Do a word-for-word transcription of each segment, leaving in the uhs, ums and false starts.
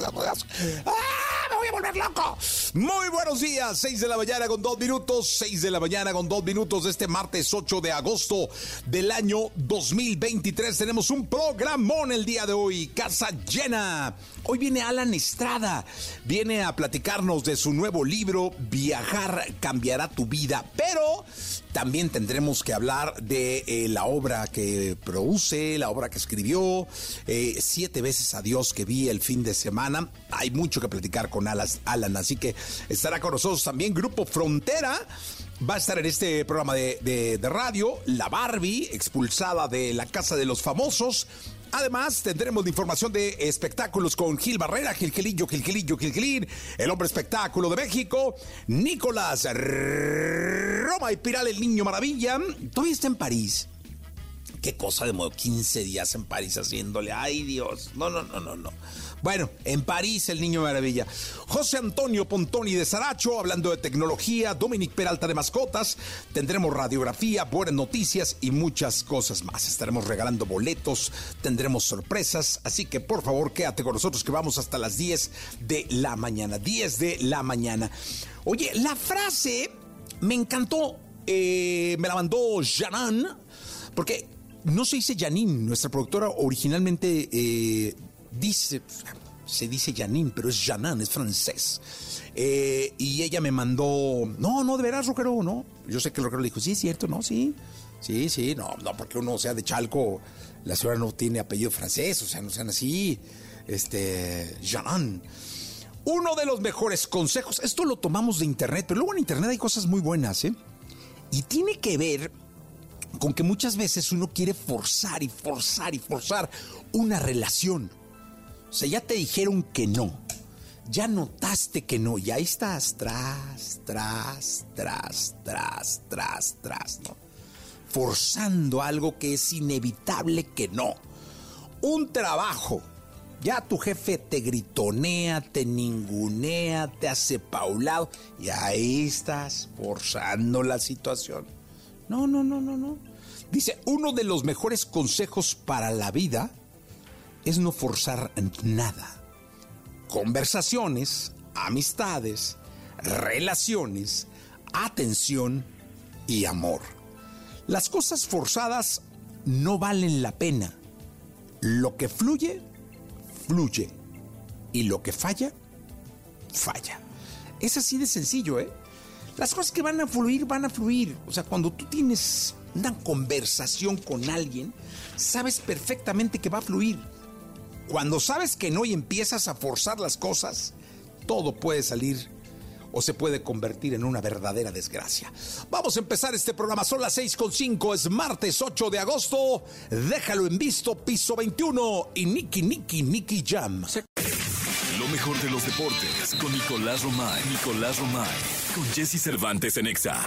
¡Ah! ¡Me voy a volver loco! Muy buenos días, seis de la mañana con dos minutos, seis de la mañana con dos minutos de este martes ocho de agosto del año dos mil veintitrés. Tenemos un programón el día de hoy, casa llena. Hoy viene Alan Estrada, viene a platicarnos de su nuevo libro, Viajar cambiará tu vida, pero también tendremos que hablar de eh, la obra que produce, la obra que escribió, eh, Siete veces a Dios que vi el fin de semana. Hay mucho que platicar con Alan, así que estará con nosotros también Grupo Frontera. Va a estar en este programa de, de, de radio, La Barbie, expulsada de la Casa de los Famosos. Además, tendremos información de espectáculos con Gil Barrera, Gilgilillo, Gilgilillo, Gilgilín, el hombre espectáculo de México, Nicolás Roma y Piral, el niño maravilla. Todavía está en París. Qué cosa de modo, quince días en París haciéndole. Ay, Dios. No, no, no, no, no. Bueno, en París, el niño maravilla. José Antonio Pontoni de Saracho, hablando de tecnología. Dominic Peralta de mascotas. Tendremos radiografía, buenas noticias y muchas cosas más. Estaremos regalando boletos, tendremos sorpresas. Así que, por favor, quédate con nosotros que vamos hasta las diez de la mañana. diez de la mañana. Oye, la frase me encantó. Eh, me la mandó Janan, porque no se dice Janine. Nuestra productora originalmente... Eh, Dice, se dice Janine, pero es Janan, es francés. Eh, y ella me mandó, no, no, de veras, rockero, ¿no? Yo sé que el rockero le dijo, sí, es cierto, no, sí, sí, sí, no, no, porque uno sea de Chalco, la señora no tiene apellido francés, o sea, no sean así, este, Janan. Uno de los mejores consejos, esto lo tomamos de internet, pero luego en internet hay cosas muy buenas, ¿eh? Y tiene que ver con que muchas veces uno quiere forzar y forzar y forzar una relación. O sea, ya te dijeron que no, ya notaste que no, y ahí estás, tras, tras, tras, tras, tras, tras, ¿no? Forzando algo que es inevitable que no. Un trabajo, ya tu jefe te gritonea, te ningunea, te hace paulado, y ahí estás forzando la situación. No, no, no, no, no. Dice, uno de los mejores consejos para la vida es no forzar nada. Conversaciones, amistades, relaciones, atención y amor. Las cosas forzadas no valen la pena. Lo que fluye, fluye. Y lo que falla, falla. Es así de sencillo, ¿eh? Las cosas que van a fluir, van a fluir. O sea, cuando tú tienes una conversación con alguien, sabes perfectamente que va a fluir. Cuando sabes que no y empiezas a forzar las cosas, todo puede salir o se puede convertir en una verdadera desgracia. Vamos a empezar este programa, son las seis con cinco, es martes ocho de agosto. Déjalo en visto, piso veintiuno y Nicky, Nicky, Nicky Jam. Lo mejor de los deportes con Nicolás Romay. Nicolás Romay, con Jesse Cervantes en Exa.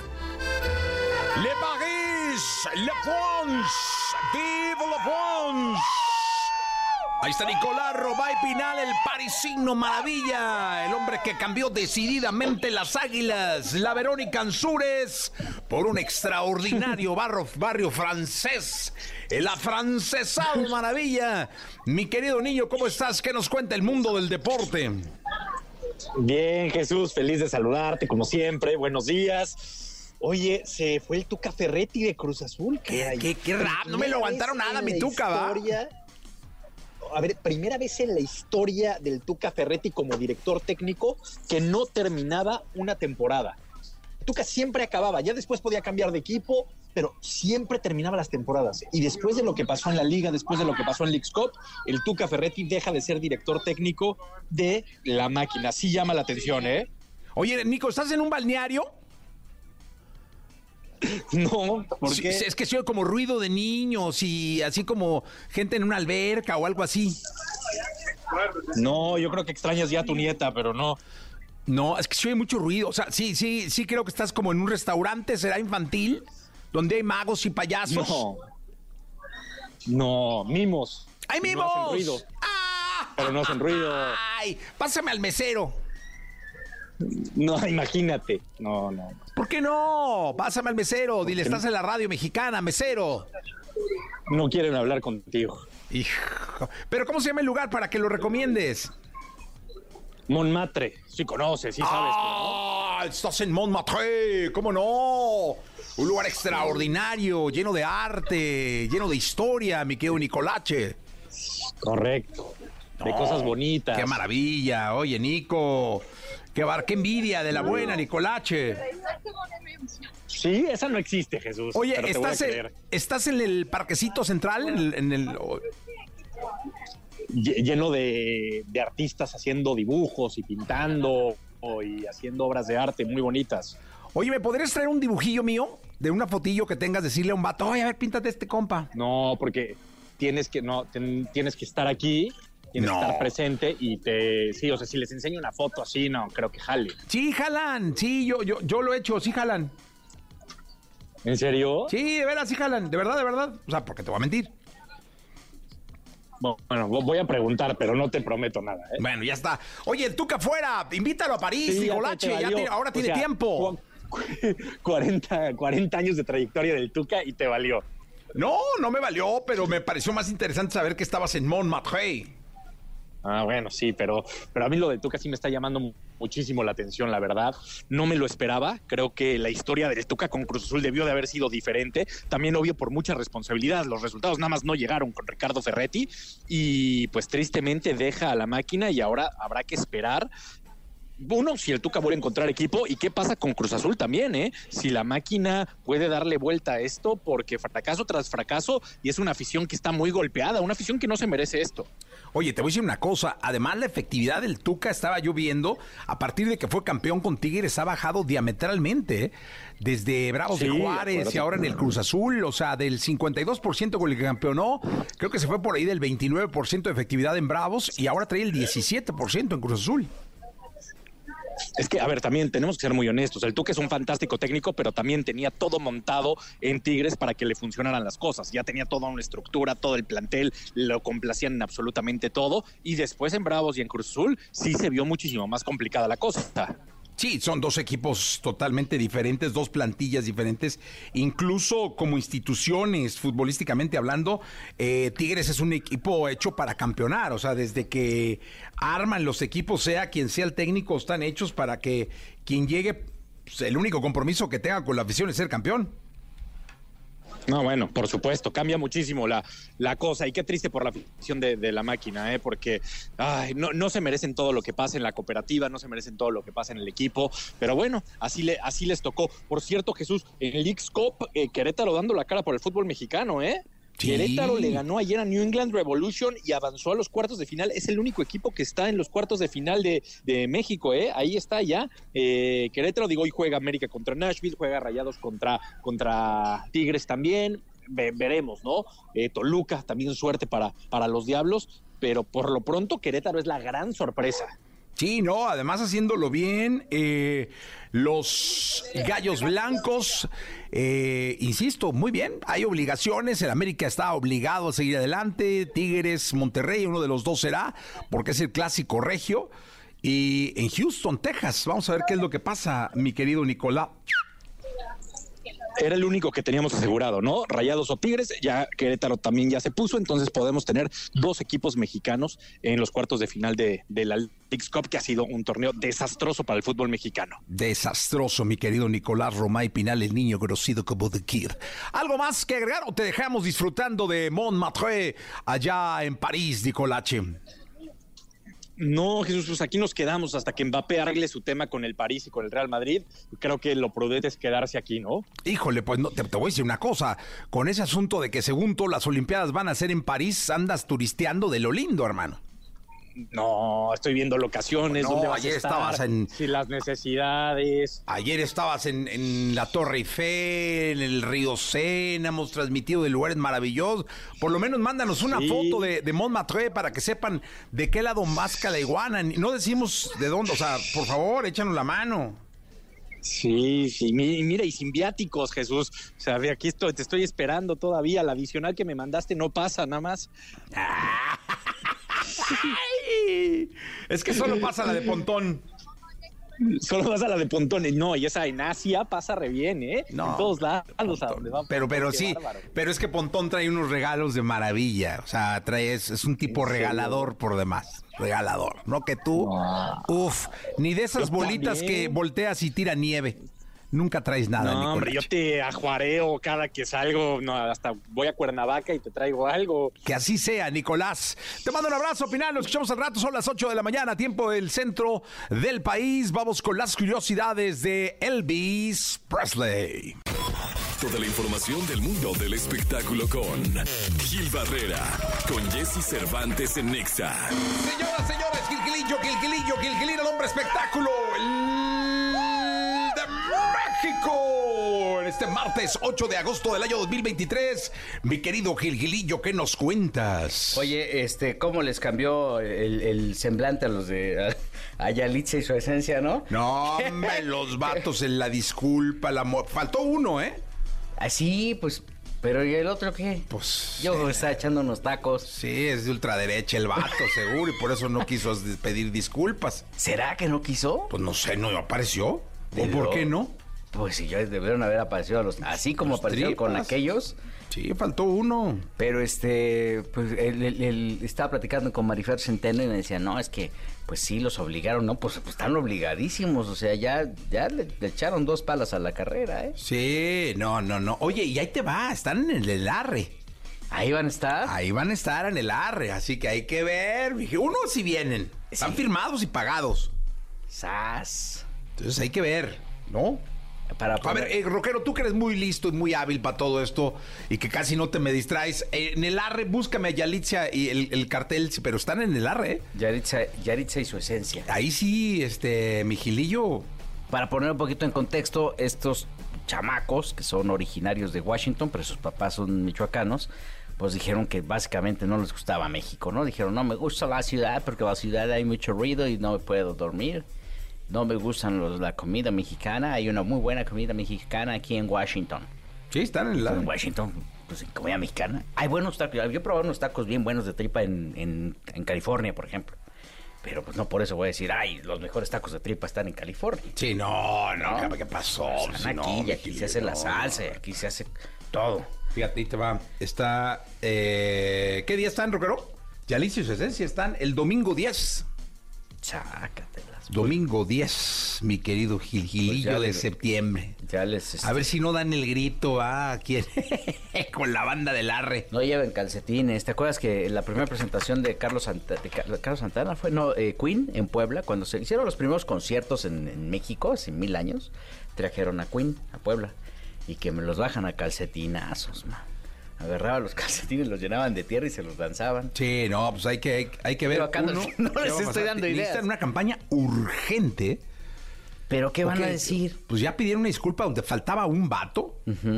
Le Paris, Le France, vive la France. Ahí está Nicolás Romay Pinal, el parisino maravilla, el hombre que cambió decididamente las Águilas, la Verónica Ansúrez, por un extraordinario barrio, barrio francés, el afrancesado maravilla. Mi querido niño, ¿cómo estás? ¿Qué nos cuenta el mundo del deporte? Bien, Jesús, feliz de saludarte, como siempre, buenos días. Oye, se fue el Tuca Ferretti de Cruz Azul. ¿Qué, qué, qué rap? No me lo aguantaron nada, mi Tuca, ¿va? A ver, primera vez en la historia del Tuca Ferretti como director técnico que no terminaba una temporada. Tuca siempre acababa, ya después podía cambiar de equipo, pero siempre terminaba las temporadas. Y después de lo que pasó en la Liga, después de lo que pasó en Leagues Cup, el Tuca Ferretti deja de ser director técnico de la máquina. Sí llama la atención, ¿eh? Oye, Nico, ¿estás en un balneario? No, ¿por qué? Sí, es que se oye como ruido de niños y así como gente en una alberca o algo así. No, yo creo que extrañas ya a tu nieta, pero no. No, es que se oye mucho ruido. O sea, sí, sí, sí creo que estás como en un restaurante, ¿será infantil? Donde hay magos y payasos. No. No, mimos. ¡Ay, mimos! No hacen ruido. ¡Ah! Pero no hacen ruido. ¡Ay! Pásame al mesero. No, imagínate. No, no. ¿Por qué no? Pásame al mesero. Dile, estás en la radio mexicana, mesero. No quieren hablar contigo. Hijo. ¿Pero cómo se llama el lugar para que lo recomiendes? Montmartre. Sí conoces, sí sabes. ¡Ah! ¿No? Estás en Montmartre. ¿Cómo no? Un lugar extraordinario, lleno de arte, lleno de historia, mi querido Nicolache. Correcto. De No, cosas bonitas. ¡Qué maravilla! Oye, Nico. ¡Qué, bar, qué envidia de la buena, Nicolache! Sí, esa no existe, Jesús. Oye, pero te voy a ¿estás, en, creer. ¿estás en el parquecito central? En el, en el... Lle- lleno de, de artistas haciendo dibujos y pintando y haciendo obras de arte muy bonitas. Oye, ¿me podrías traer un dibujillo mío? De una fotillo que tengas, decirle a un vato, oye, a ver, píntate este compa. No, porque tienes que no ten- tienes que estar aquí, tienes No. que estar presente y te sí, o sea, si les enseño una foto así, no creo que jale. Sí, jalan. Sí, yo, yo, yo lo he hecho, sí jalan. ¿En serio? Sí, de veras, sí jalan. De verdad, de verdad. O sea, porque te voy a mentir. Bueno, voy a preguntar, pero no te prometo nada, ¿eh? Bueno, ya está. Oye, el Tuca fuera. Invítalo a París, Sí, ya te- Nicolache. te Ya valió. tiene- ahora O tiene sea, tiempo. cu- cuarenta, cuarenta años de trayectoria del Tuca y te valió. No, no me valió, pero me pareció más interesante saber que estabas en Montmartre. Ah, bueno, sí, pero, pero a mí lo de Tuca sí me está llamando mu- muchísimo la atención, la verdad. No me lo esperaba. Creo que la historia del Tuca con Cruz Azul debió de haber sido diferente. También, obvio, por mucha responsabilidad. Los resultados nada más no llegaron con Ricardo Ferretti y pues tristemente deja a la máquina y ahora habrá que esperar. Uno, si el Tuca vuelve a encontrar equipo, y qué pasa con Cruz Azul también, ¿eh? Si la máquina puede darle vuelta a esto, porque fracaso tras fracaso, y es una afición que está muy golpeada, una afición que no se merece esto. Oye, te voy a decir una cosa. Además, la efectividad del Tuca, estaba yo viendo, a partir de que fue campeón con Tigres, ha bajado diametralmente, ¿eh? Desde Bravos Sí, de de Juárez acuerdo. y ahora en el Cruz Azul. O sea, del cincuenta y dos por ciento con el que campeonó, creo que se fue por ahí del veintinueve por ciento de efectividad en Bravos y ahora trae el diecisiete por ciento en Cruz Azul. Es que, a ver, también tenemos que ser muy honestos. El Tuca es un fantástico técnico, pero también tenía todo montado en Tigres para que le funcionaran las cosas. Ya tenía toda una estructura, todo el plantel, lo complacían en absolutamente todo. Y después en Bravos y en Cruz Azul sí se vio muchísimo más complicada la cosa. Sí, son dos equipos totalmente diferentes, dos plantillas diferentes, incluso como instituciones, futbolísticamente hablando, eh, Tigres es un equipo hecho para campeonar, o sea, desde que arman los equipos, sea quien sea el técnico, están hechos para que quien llegue, pues, el único compromiso que tenga con la afición es ser campeón. No, bueno, por supuesto, cambia muchísimo la, la cosa y qué triste por la afición de, de la máquina, ¿eh? Porque ay, no, no se merecen todo lo que pasa en la cooperativa, no se merecen todo lo que pasa en el equipo, pero bueno, así, le, así les tocó. Por cierto, Jesús, en el Leagues Cup, eh, Querétaro dando la cara por el fútbol mexicano, ¿eh? Sí. Querétaro le ganó ayer a New England Revolution y avanzó a los cuartos de final. Es el único equipo que está en los cuartos de final de, de México, ¿eh? Ahí está ya. Eh, Querétaro, digo, hoy juega América contra Nashville, juega Rayados contra, contra Tigres también. Ve, veremos, ¿no? Eh, Toluca, también suerte para, para los Diablos, pero por lo pronto Querétaro es la gran sorpresa. Sí, no, además haciéndolo bien, eh, los Gallos Blancos, eh, insisto, muy bien, hay obligaciones, el América está obligado a seguir adelante, Tigres, Monterrey, uno de los dos será, porque es el clásico regio, y en Houston, Texas, vamos a ver qué es lo que pasa, mi querido Nicolás. Era el único que teníamos asegurado, ¿no? Rayados o Tigres, ya Querétaro también ya se puso, entonces podemos tener dos equipos mexicanos en los cuartos de final de, de la Leagues Cup, que ha sido un torneo desastroso para el fútbol mexicano. Desastroso, mi querido Nicolás Romay Pinal, el niño grosido como The Kid. ¿Algo más que agregar o te dejamos disfrutando de Montmartre allá en París, Nicolache? No, Jesús, pues aquí nos quedamos hasta que Mbappé arregle su tema con el París y con el Real Madrid. Creo que lo prudente es quedarse aquí, ¿no? Híjole, pues no, te, te voy a decir una cosa. Con ese asunto de que según tú las Olimpiadas van a ser en París, andas turisteando de lo lindo, hermano. No, estoy viendo locaciones. No, ¿dónde vas ayer a estar? estabas en... Sí, las necesidades. Ayer estabas en, en la Torre Eiffel, en el Río Sena, hemos transmitido de lugares maravillosos. Por lo menos mándanos una Sí. foto de, de Montmartre para que sepan de qué lado masca la iguana. No decimos de dónde, o sea, por favor, échanos la mano. Sí, sí, mi- mira, y sin viáticos, Jesús. O sea, ve, aquí estoy, te estoy esperando todavía. La adicional que me mandaste no pasa, nada más. Ay, es que solo pasa la de Pontón. Solo pasa la de Pontón. No, y esa en Asia pasa re bien, ¿eh? No, en todos lados a donde va. Pero, pero Qué sí, bárbaro. pero es que Pontón trae unos regalos de maravilla. O sea, trae, es, es un tipo ¿En serio? regalador por demás. Regalador. No que tú. Uf, ni de esas Yo bolitas también. que volteas y tira nieve. Nunca traes nada, No, Nicolás. hombre, yo te ajuareo cada que salgo. No, hasta voy a Cuernavaca y te traigo algo. Que así sea, Nicolás. Te mando un abrazo, Pinal. Nos escuchamos al rato. Son las ocho de la mañana, tiempo del centro del país. Vamos con las curiosidades de Elvis Presley. Toda la información del mundo del espectáculo con Gil Barrera, con Jesse Cervantes en Nexa. Señoras, señores, Gilgilillo, Gilgilillo, Gilgilillo, el hombre espectáculo. El de México. En este martes ocho de agosto del año dos mil veintitrés. Mi querido Gilgilillo, ¿qué nos cuentas? Oye, este, ¿cómo les cambió el, el semblante a los de a, a Yalitza y su esencia, no? No, hombre, los vatos en la disculpa, la mo- faltó uno, ¿eh? Así, pues, pero ¿y el otro qué? Pues Yo creo que está echando unos tacos. sí, es de ultraderecha el vato, seguro, y por eso no quiso pedir disculpas. ¿Será que no quiso? Pues no sé, ¿no apareció? ¿O Debió. por qué no? Pues sí, ya debieron haber aparecido a los, así como Los aparecieron con tripas. aquellos. Sí, faltó uno. Pero este, pues él, él- él estaba platicando con Marifer Centeno y me decía, no, es que, pues sí, los obligaron, ¿no? Pues, pues están obligadísimos, o sea, ya, ya le, le echaron dos palas a la carrera, ¿eh? Sí, no, no, no. Oye, y ahí te va, están en el arre. Ahí van a estar. Ahí van a estar en el arre, así que hay que ver. Dije, uno sí vienen, están Sí. firmados y pagados. Sas. Entonces hay que ver, ¿no? Para A ver, eh, Roquero, tú que eres muy listo y muy hábil para todo esto y que casi no te me distraes, eh, en el arre, búscame a Yalitza y el, el cartel, pero están en el arre, ¿eh? Yaritza, Yaritza y su esencia. Ahí sí, este, mi Gilillo. Para poner un poquito en contexto, estos chamacos, que son originarios de Washington, pero sus papás son michoacanos, pues dijeron que básicamente no les gustaba México, ¿no? Dijeron, no me gusta la ciudad porque en la ciudad hay mucho ruido y no me puedo dormir. No me gustan los, la comida mexicana. Hay una muy buena comida mexicana aquí en Washington. Sí, están en el arre. En Washington, pues en comida mexicana. Hay buenos tacos. Yo he probado unos tacos bien buenos de tripa en, en, en California, por ejemplo. Pero pues no por eso voy a decir, ay, los mejores tacos de tripa están en California. Sí, no, no, ¿No? ¿qué pasó? Están Sí, aquí, no, y mi aquí Gilillo, se hace la no. salsa, y aquí se hace todo. Fíjate, ahí te va. Está, eh, ¿qué día están, Roquero? Yalitza y su esencia están el domingo diez. Sácatelas. Domingo diez, mi querido Gilgilillo Pues ya de les- septiembre. Ya les... este, A ver si no dan el grito, ah, aquí con la banda del arre. No lleven calcetines. ¿Te acuerdas que la primera presentación de Carlos, Santa- de Car- Carlos Santana fue no eh, Queen en Puebla? Cuando se hicieron los primeros conciertos en, en México, hace mil años, trajeron a Queen a Puebla. Y que me los bajan a calcetinazos, man. Agarraban los calcetines, los llenaban de tierra y se los danzaban. Sí, no, pues hay que, hay, hay que ver. Pero acá no- uno, no ¿qué les va a estoy pasar? dando ideas. Necesitan una campaña urgente. ¿Pero qué van Ok, a decir? Pues ya pidieron una disculpa donde faltaba un vato.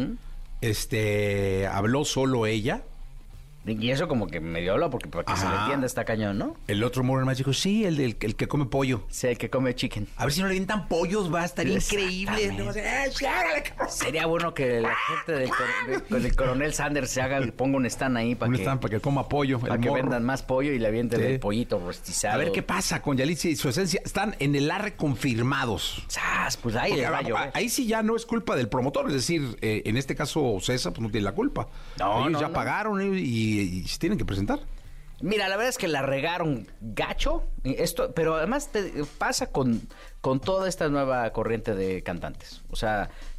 Este, habló solo ella. Y eso como que medio habla porque para que se le Ajá. entienda está cañón, ¿no? El otro morro más dijo, sí, el, del- el que come pollo. Sí, el que come chicken. A ver si no le avientan pollos, va a estar increíble. Exactamente. Le va a hacer, "Eh, sí, órale, cabrón". Sería bueno que la gente del, cor- de- del coronel Sanders se haga y ponga un stand ahí para Un que, stand para que coma pollo. el para que morro. vendan más pollo y le avienten Sí. el pollito rostizado. A ver qué pasa con Yalitza y su esencia. Están en el arre confirmados. ¡Sas! Pues ahí Porque les va a a- llover. ahí sí ya no es culpa del promotor, es decir, eh, en este caso César pues no tiene la culpa. No, Ellos no, ya no. pagaron y, y- y se tienen que presentar. Mira, la verdad es que la regaron gacho, y esto, pero además te- pasa con, con toda esta nueva corriente de cantantes. O sea,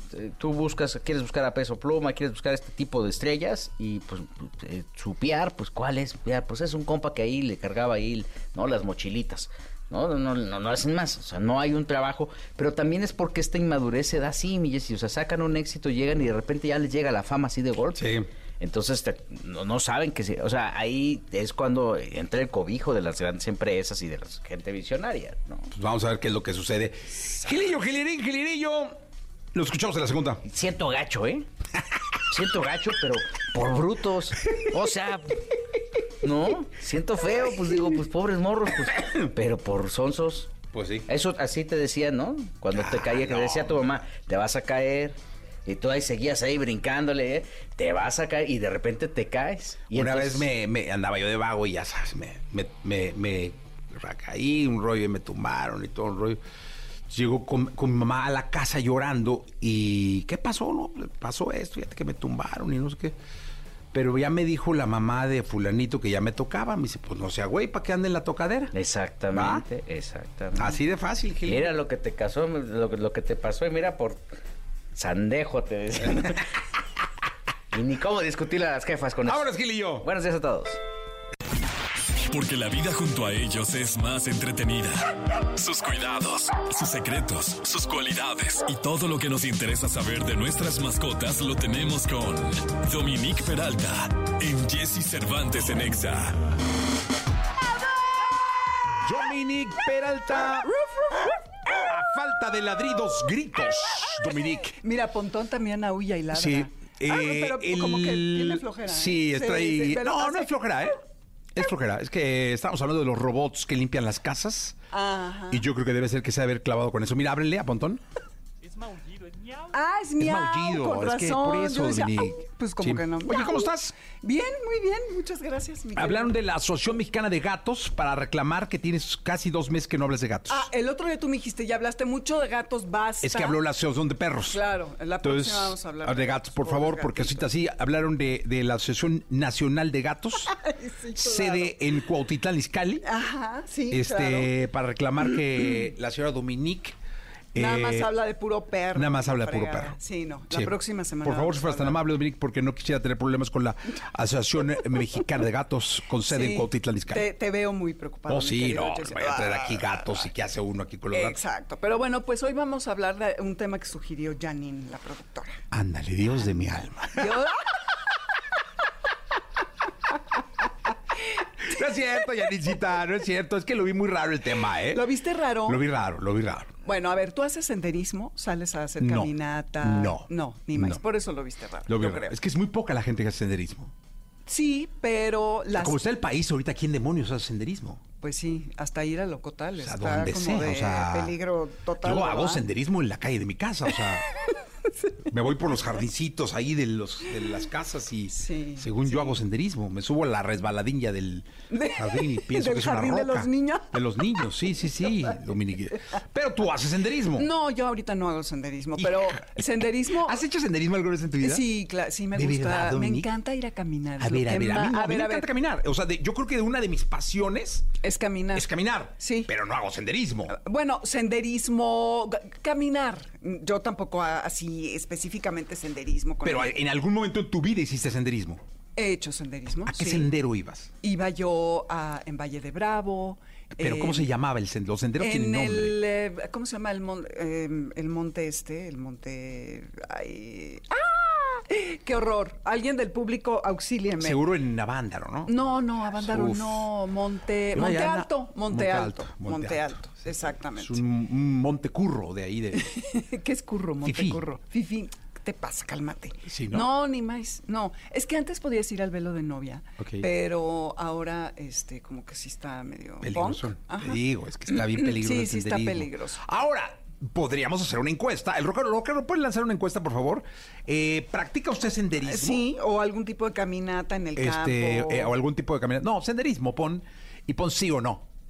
eh, tú buscas, quieres buscar a Peso Pluma, quieres buscar este tipo de estrellas y pues eh, su P R, pues ¿cuál es? P R, pues es un compa que ahí le cargaba ahí, ¿no? Las mochilitas. No, no, no, no hacen más, o sea, no hay un trabajo, pero también es porque esta inmadurez se da así, mi Jessy, o sea, sacan un éxito, llegan y de repente ya les llega la fama así de golpe. Sí. Entonces te, no, no saben que se, o sea, ahí es cuando entra el cobijo de las grandes empresas y de la gente visionaria, ¿no? Pues vamos a ver qué es lo que sucede. Gilillo, Gilirín, Gilirillo. Lo escuchamos en la segunda. Siento gacho, ¿eh? Siento gacho, pero por brutos. O sea, no, siento feo, pues digo, pues pobres morros, pues, pero por sonsos. Pues sí. Eso así te decían, ¿no? Cuando te caía, que no. decía tu mamá, te vas a caer. Y tú ahí seguías ahí brincándole, ¿eh? Te vas a caer y de repente te caes. Y Una entonces... vez me, me andaba yo de vago y ya sabes, me, me, me, me recaí un rollo y me tumbaron y todo un rollo. Llego con, con mi mamá a la casa llorando y ¿qué pasó? No, pasó esto, fíjate que me tumbaron y no sé qué. Pero ya me dijo la mamá de fulanito que ya me tocaba. Me dice, pues no sea güey, ¿para qué ande en la tocadera? Exactamente, ¿va? exactamente. Así de fácil, Gil. Mira lo que te casó, lo, lo que te pasó y mira por sandejo te decían. Y ni cómo discutirle a las jefas con eso. Vámonos, Gil y yo. Buenos días a todos. Porque la vida junto a ellos es más entretenida. Sus cuidados, sus secretos, sus cualidades y todo lo que nos interesa saber de nuestras mascotas lo tenemos con Dominique Peralta en Jessy Cervantes en Exa. Dominique Peralta. A falta de ladridos, gritos, Dominique. Mira, Pontón también aúlla y ladra. Sí. Ah, eh, pero el- como que tiene flojera. ¿eh? Sí, está ahí. sí, pero no, hace- no es flojera, ¿eh? Es flojera. Es que estamos hablando de los robots que limpian las casas. Ajá. Y yo creo que debe ser que se ha haber clavado con eso. Mira, ábrele a Pontón. Ah, es miau, maullido, con es que razón. por eso, Yo decía, Dominique. "Au", pues como Sí. que no. Oye, ¿cómo estás? Bien, muy bien. Muchas gracias, mi querido. Hablaron de la Asociación Mexicana de Gatos para reclamar que tienes casi dos meses que no hablas de gatos. Ah, el otro día tú me dijiste, ya hablaste mucho de gatos, basta. Es que habló la Asociación de Perros. Claro, en la Entonces, próxima vamos a hablar de gatos, por pobres favor, porque gatitos. ahorita sí hablaron de, de la Asociación Nacional de Gatos, Ay, sí, claro. sede en Cuautitlán, Izcalli, Ajá, sí, este, claro. para reclamar que la señora Dominique Nada eh, más habla de puro perro. Nada más habla de puro fregada. perro. Sí, no. La Sí. próxima semana. Por favor, vamos si a fueras tan hablar. amable, Dominique, porque no quisiera tener problemas con la Asociación Mexicana de Gatos con sede Sí, en Cuautitlán, Izcalli. Te, te veo muy preocupado. Oh, mi sí, querido no, Jesse. voy a traer aquí gatos y qué hace uno aquí con los gatos. Exacto. Pero bueno, pues hoy vamos a hablar de un tema que sugirió Janine, la productora. Ándale, Dios de mi alma. Yo- No es cierto, Yanicita, no es cierto. Es que lo vi muy raro el tema, ¿eh? ¿Lo viste raro? Lo vi raro, lo vi raro. Bueno, a ver, ¿tú haces senderismo? ¿Sales a hacer No. caminata? No. No, ni más. No. Por eso lo viste raro. Lo vi yo raro. creo. Es que es muy poca la gente que hace senderismo. Sí, pero las... Como está el país ahorita, ¿quién demonios hace senderismo? Pues sí, hasta ir a Locotal O sea, está donde como sea, de o sea, peligro total. Yo hago ¿verdad? senderismo en la calle de mi casa, o sea, me voy por los jardincitos ahí de los de las casas y Sí, según sí. yo hago senderismo, me subo a la resbaladilla del De- jardín y pienso del que es una jardín roca. de los niños. De los niños, sí, sí, sí, Dominique. Pero tú haces senderismo. No, yo ahorita no hago senderismo, Hija. pero senderismo... ¿Has hecho senderismo alguna vez en tu vida? Sí, claro, sí me ¿De gusta. verdad, me Dominique? encanta ir a caminar. A es lo ver, a que ver, a mí, ma- no, a mí ver, me a ver, encanta caminar. O sea, de- yo creo que una de mis pasiones es caminar. es caminar. Sí. Pero no hago senderismo. Bueno, senderismo, ga- caminar. Yo tampoco a- así específicamente senderismo. Con Pero el- en algún momento en tu vida hiciste senderismo. He hecho senderismo. ¿A qué sí. sendero ibas? Iba yo a, en Valle de Bravo. Pero eh, ¿cómo se llamaba el sendero? Los senderos tienen En nombre. el, eh, ¿cómo se llama el, mon- eh, el monte este? El monte... Ay, ¡ah! ¡Qué horror! Alguien del público, auxílieme. Seguro en Avándaro, ¿no? No, no, Avándaro, Uf. no, Monte, No, Monte ya na- Alto, Monte, Monte Alto, Alto, Monte, Monte Alto, Alto. exactamente. Es un, un monte curro de ahí. De... ¿Qué es curro, Monte Fifí. Curro? Fifi, ¿qué te pasa? Cálmate. Sí, ¿no? No, ni más, no. Es que antes podías ir al velo de novia, Ok. pero ahora, este, como que sí está medio Peligroso. punk. Ajá. Te digo, es que está bien peligroso Sí, el sí está senderismo. peligroso. Ahora, podríamos hacer una encuesta. El rockero, rockero, ¿pueden lanzar una encuesta, por favor? Eh, ¿Practica usted senderismo? Sí, o algún tipo de caminata en el Este, campo. eh, o algún tipo de caminata. No, senderismo, pon y pon sí o no.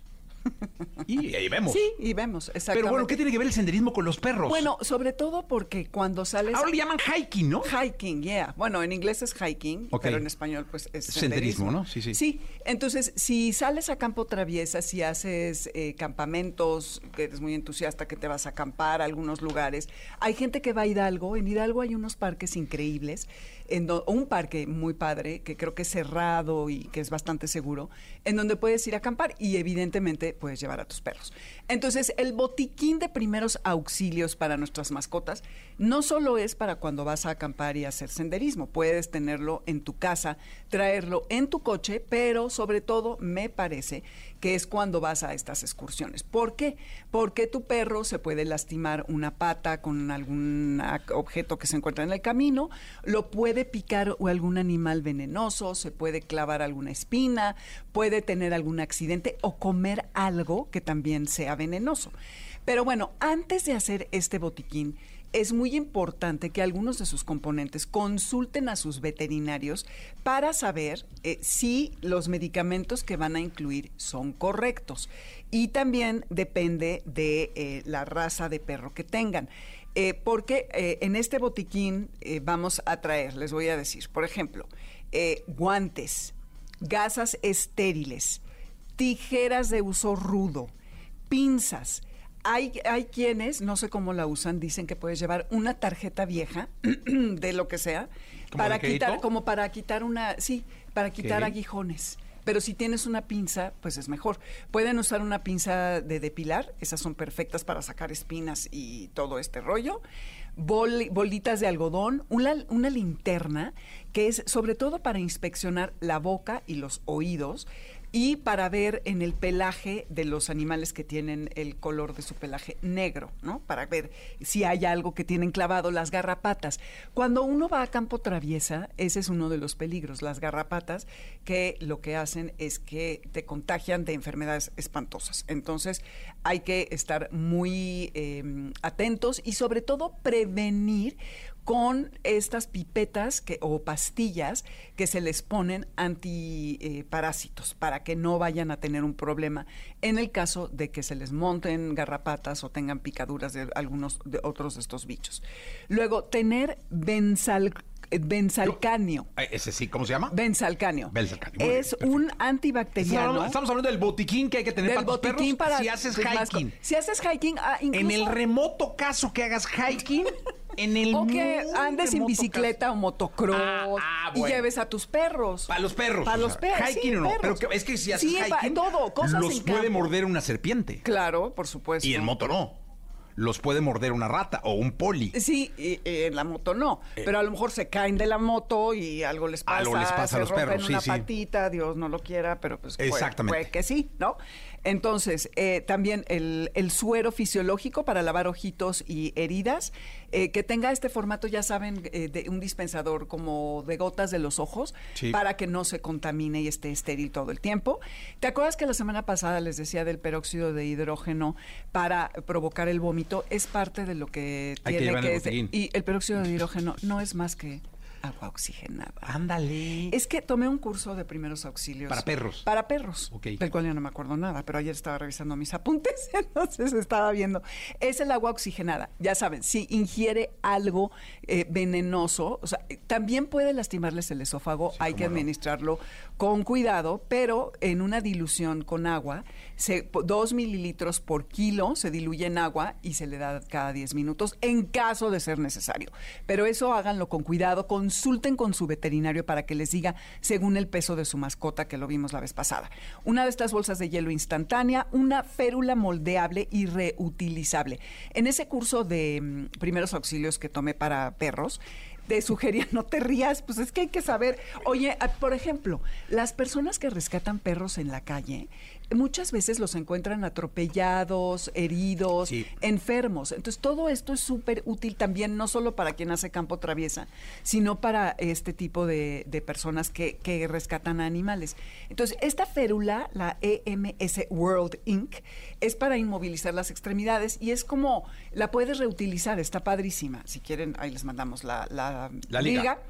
Y ahí vemos. Sí, y vemos, exactamente. Pero bueno, ¿qué tiene que ver el senderismo con los perros? Bueno, sobre todo porque cuando sales... Ahora le llaman hiking, ¿no? Hiking, yeah. Bueno, en inglés es hiking, Ok. pero en español pues es Senderismo, senderismo, ¿no? Sí, sí. Sí, entonces si sales a campo traviesa, si haces eh, campamentos, que eres muy entusiasta, que te vas a acampar a algunos lugares, hay gente que va a Hidalgo. En Hidalgo hay unos parques increíbles, en do- un parque muy padre, que creo que es cerrado y que es bastante seguro, en donde puedes ir a acampar y evidentemente puedes llevar a tus perros. Entonces, el botiquín de primeros auxilios para nuestras mascotas no solo es para cuando vas a acampar y hacer senderismo, puedes tenerlo en tu casa, traerlo en tu coche, pero sobre todo me parece que es cuando vas a estas excursiones. ¿Por qué? Porque tu perro se puede lastimar una pata con algún objeto que se encuentra en el camino, lo puede picar o algún animal venenoso, se puede clavar alguna espina, puede tener algún accidente o comer algo que también sea venenoso. Pero bueno, antes de hacer este botiquín, es muy importante que algunos de sus componentes consulten a sus veterinarios para saber eh, si los medicamentos que van a incluir son correctos. Y también depende de eh, la raza de perro que tengan. Eh, porque eh, en este botiquín eh, vamos a traer, les voy a decir, por ejemplo, eh, guantes, gasas estériles, tijeras de uso rudo, pinzas. Hay, hay quienes, no sé cómo la usan, dicen que puedes llevar una tarjeta vieja de lo que sea ¿Como para de crédito? quitar, como para quitar una, sí, para quitar Ok. aguijones. Pero si tienes una pinza, pues es mejor. Pueden usar una pinza de depilar, esas son perfectas para sacar espinas y todo este rollo. Bol, bolitas de algodón, una, una linterna que es sobre todo para inspeccionar la boca y los oídos y para ver en el pelaje de los animales que tienen el color de su pelaje negro, ¿no? Para ver si hay algo que tienen clavado, las garrapatas. Cuando uno va a campo traviesa, ese es uno de los peligros, las garrapatas, que lo que hacen es que te contagian de enfermedades espantosas. Entonces, hay que estar muy eh, atentos y sobre todo prevenir con estas pipetas que, o pastillas que se les ponen antiparásitos eh, para que no vayan a tener un problema en el caso de que se les monten garrapatas o tengan picaduras de algunos de otros de estos bichos. Luego, tener benzal, eh, benzalcanio. Eh, Ese sí, ¿cómo se llama? Benzalcanio. Benzalcanio, muy bien, Es perfecto. un antibacteriano. Estamos, estamos hablando del botiquín que hay que tener del para tus perros botiquín para si haces tus mascotas. hiking. Si haces hiking, ah, incluso, En el remoto caso que hagas hiking, en el o que muy andes en remoto bicicleta o motocross Ah, ah, bueno. y lleves a tus perros. Para los perros. Para o los sea, perros. Hiking sí, o no. perros. Pero que- es que si haces Sí, pa- hiking, todo, cosas los en puede campo. morder una serpiente. Claro, por supuesto. Y en moto no. Los puede morder una rata o un poli. Sí, y, y en la moto no. Pero a lo mejor se caen de la moto y algo les pasa. Algo les pasa se a los rompen perros, sí, una sí. patita, Dios no lo quiera, pero pues puede- Exactamente. puede que sí, ¿no? Entonces, eh, también el, el suero fisiológico para lavar ojitos y heridas, eh, que tenga este formato, ya saben, eh, de un dispensador como de gotas de los ojos, Sí. para que no se contamine y esté estéril todo el tiempo. ¿Te acuerdas que la semana pasada les decía del peróxido de hidrógeno para provocar el vómito? Es parte de lo que Hay que tiene llevar en que... el botiquín. y el peróxido de hidrógeno no es más que agua oxigenada. Ándale. Es que tomé un curso de primeros auxilios. Para perros. Para perros. Ok. Del cual yo no me acuerdo nada, pero ayer estaba revisando mis apuntes, entonces estaba viendo. Es el agua oxigenada. Ya saben, si ingiere algo eh, venenoso, o sea, también puede lastimarles el esófago, hay que cómo no. administrarlo con cuidado, pero en una dilución con agua, se, dos mililitros por kilo se diluye en agua y se le da cada diez minutos en caso de ser necesario. Pero eso háganlo con cuidado, consulten con su veterinario para que les diga según el peso de su mascota, que lo vimos la vez pasada. Una de estas bolsas de hielo instantánea, una férula moldeable y reutilizable. En ese curso de mm, primeros auxilios que tomé para perros, te sugería, no te rías, pues es que hay que saber. Oye, a- por ejemplo, las personas que rescatan perros en la calle, muchas veces los encuentran atropellados, heridos, Sí. enfermos. Entonces, todo esto es súper útil también, no solo para quien hace campo traviesa, sino para este tipo de, de personas que, que rescatan a animales. Entonces, esta férula, la E M S World Incorporated, es para inmovilizar las extremidades y es como, la puedes reutilizar, está padrísima. Si quieren, ahí les mandamos la, la, La liga.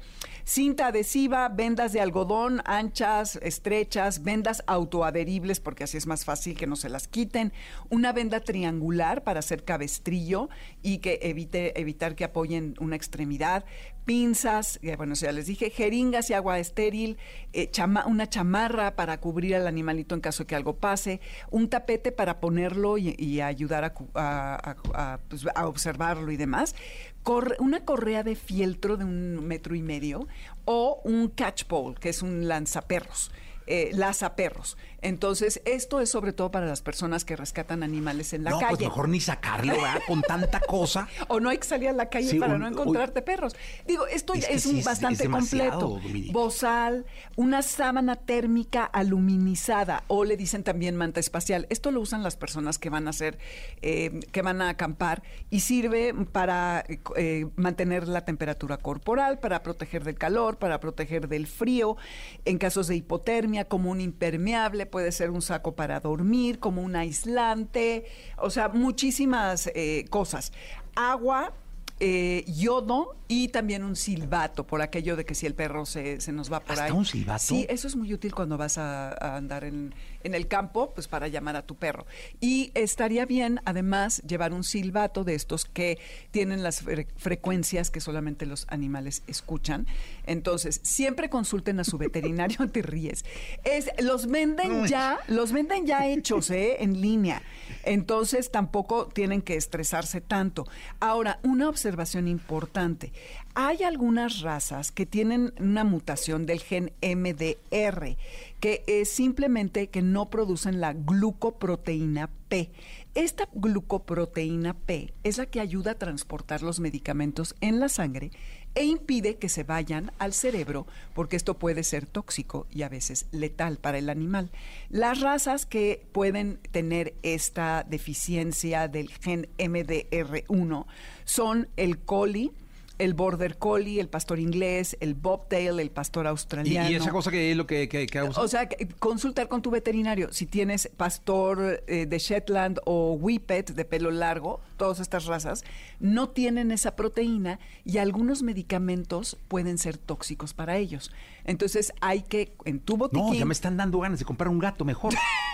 cinta adhesiva, vendas de algodón, anchas, estrechas, vendas autoadheribles, porque así es más fácil que no se las quiten, una venda triangular para hacer cabestrillo y que evite evitar que apoyen una extremidad, pinzas, eh, bueno, ya les dije, jeringas y agua estéril, eh, chama, una chamarra para cubrir al animalito en caso de que algo pase, un tapete para ponerlo y, y ayudar a, a, a, a, pues, a observarlo y demás, Corre, una correa de fieltro de un metro y medio o un catch pole, que es un lanzaperros. Eh, lazaperros. Entonces, esto es sobre todo para las personas que rescatan animales en la no, calle. Pues mejor ni sacarlo, ¿verdad? Con tanta cosa. O no hay que salir a la calle sí, para un, no encontrarte uy, perros. Digo, esto es, es un sí, bastante es completo. Dominique. Bozal, una sábana térmica aluminizada, o le dicen también manta espacial. Esto lo usan las personas que van a hacer, eh, que van a acampar y sirve para eh, mantener la temperatura corporal, para proteger del calor, para proteger del frío, en casos de hipotermia, como un impermeable, puede ser un saco para dormir, como un aislante, o sea, muchísimas eh, cosas. Agua, eh, yodo y también un silbato, por aquello de que si el perro se, se nos va por ¿Hasta ahí. un silbato? Sí, eso es muy útil cuando vas a, a andar en, en el campo, pues para llamar a tu perro. Y estaría bien, además, llevar un silbato de estos que tienen las fre- frecuencias que solamente los animales escuchan. Entonces, siempre consulten a su veterinario. Te ríes. Es, los venden Uy. ya, los venden ya hechos, ¿eh? En línea. Entonces, tampoco tienen que estresarse tanto. Ahora, una observación importante. Hay algunas razas que tienen una mutación del gen M D R, que es simplemente que no producen la glucoproteína P. Esta glucoproteína P es la que ayuda a transportar los medicamentos en la sangre e impide que se vayan al cerebro, porque esto puede ser tóxico y a veces letal para el animal. Las razas que pueden tener esta deficiencia del gen M D R uno son el collie, el border collie, el pastor inglés, el bobtail, el pastor australiano. ¿Y, y esa cosa que es lo que, que, que O sea, que- consultar con tu veterinario. Si tienes pastor eh, de Shetland o Whippet de pelo largo, todas estas razas no tienen esa proteína y algunos medicamentos pueden ser tóxicos para ellos. Entonces hay que, en tu botiquín... No, ya me están dando ganas de comprar un gato mejor.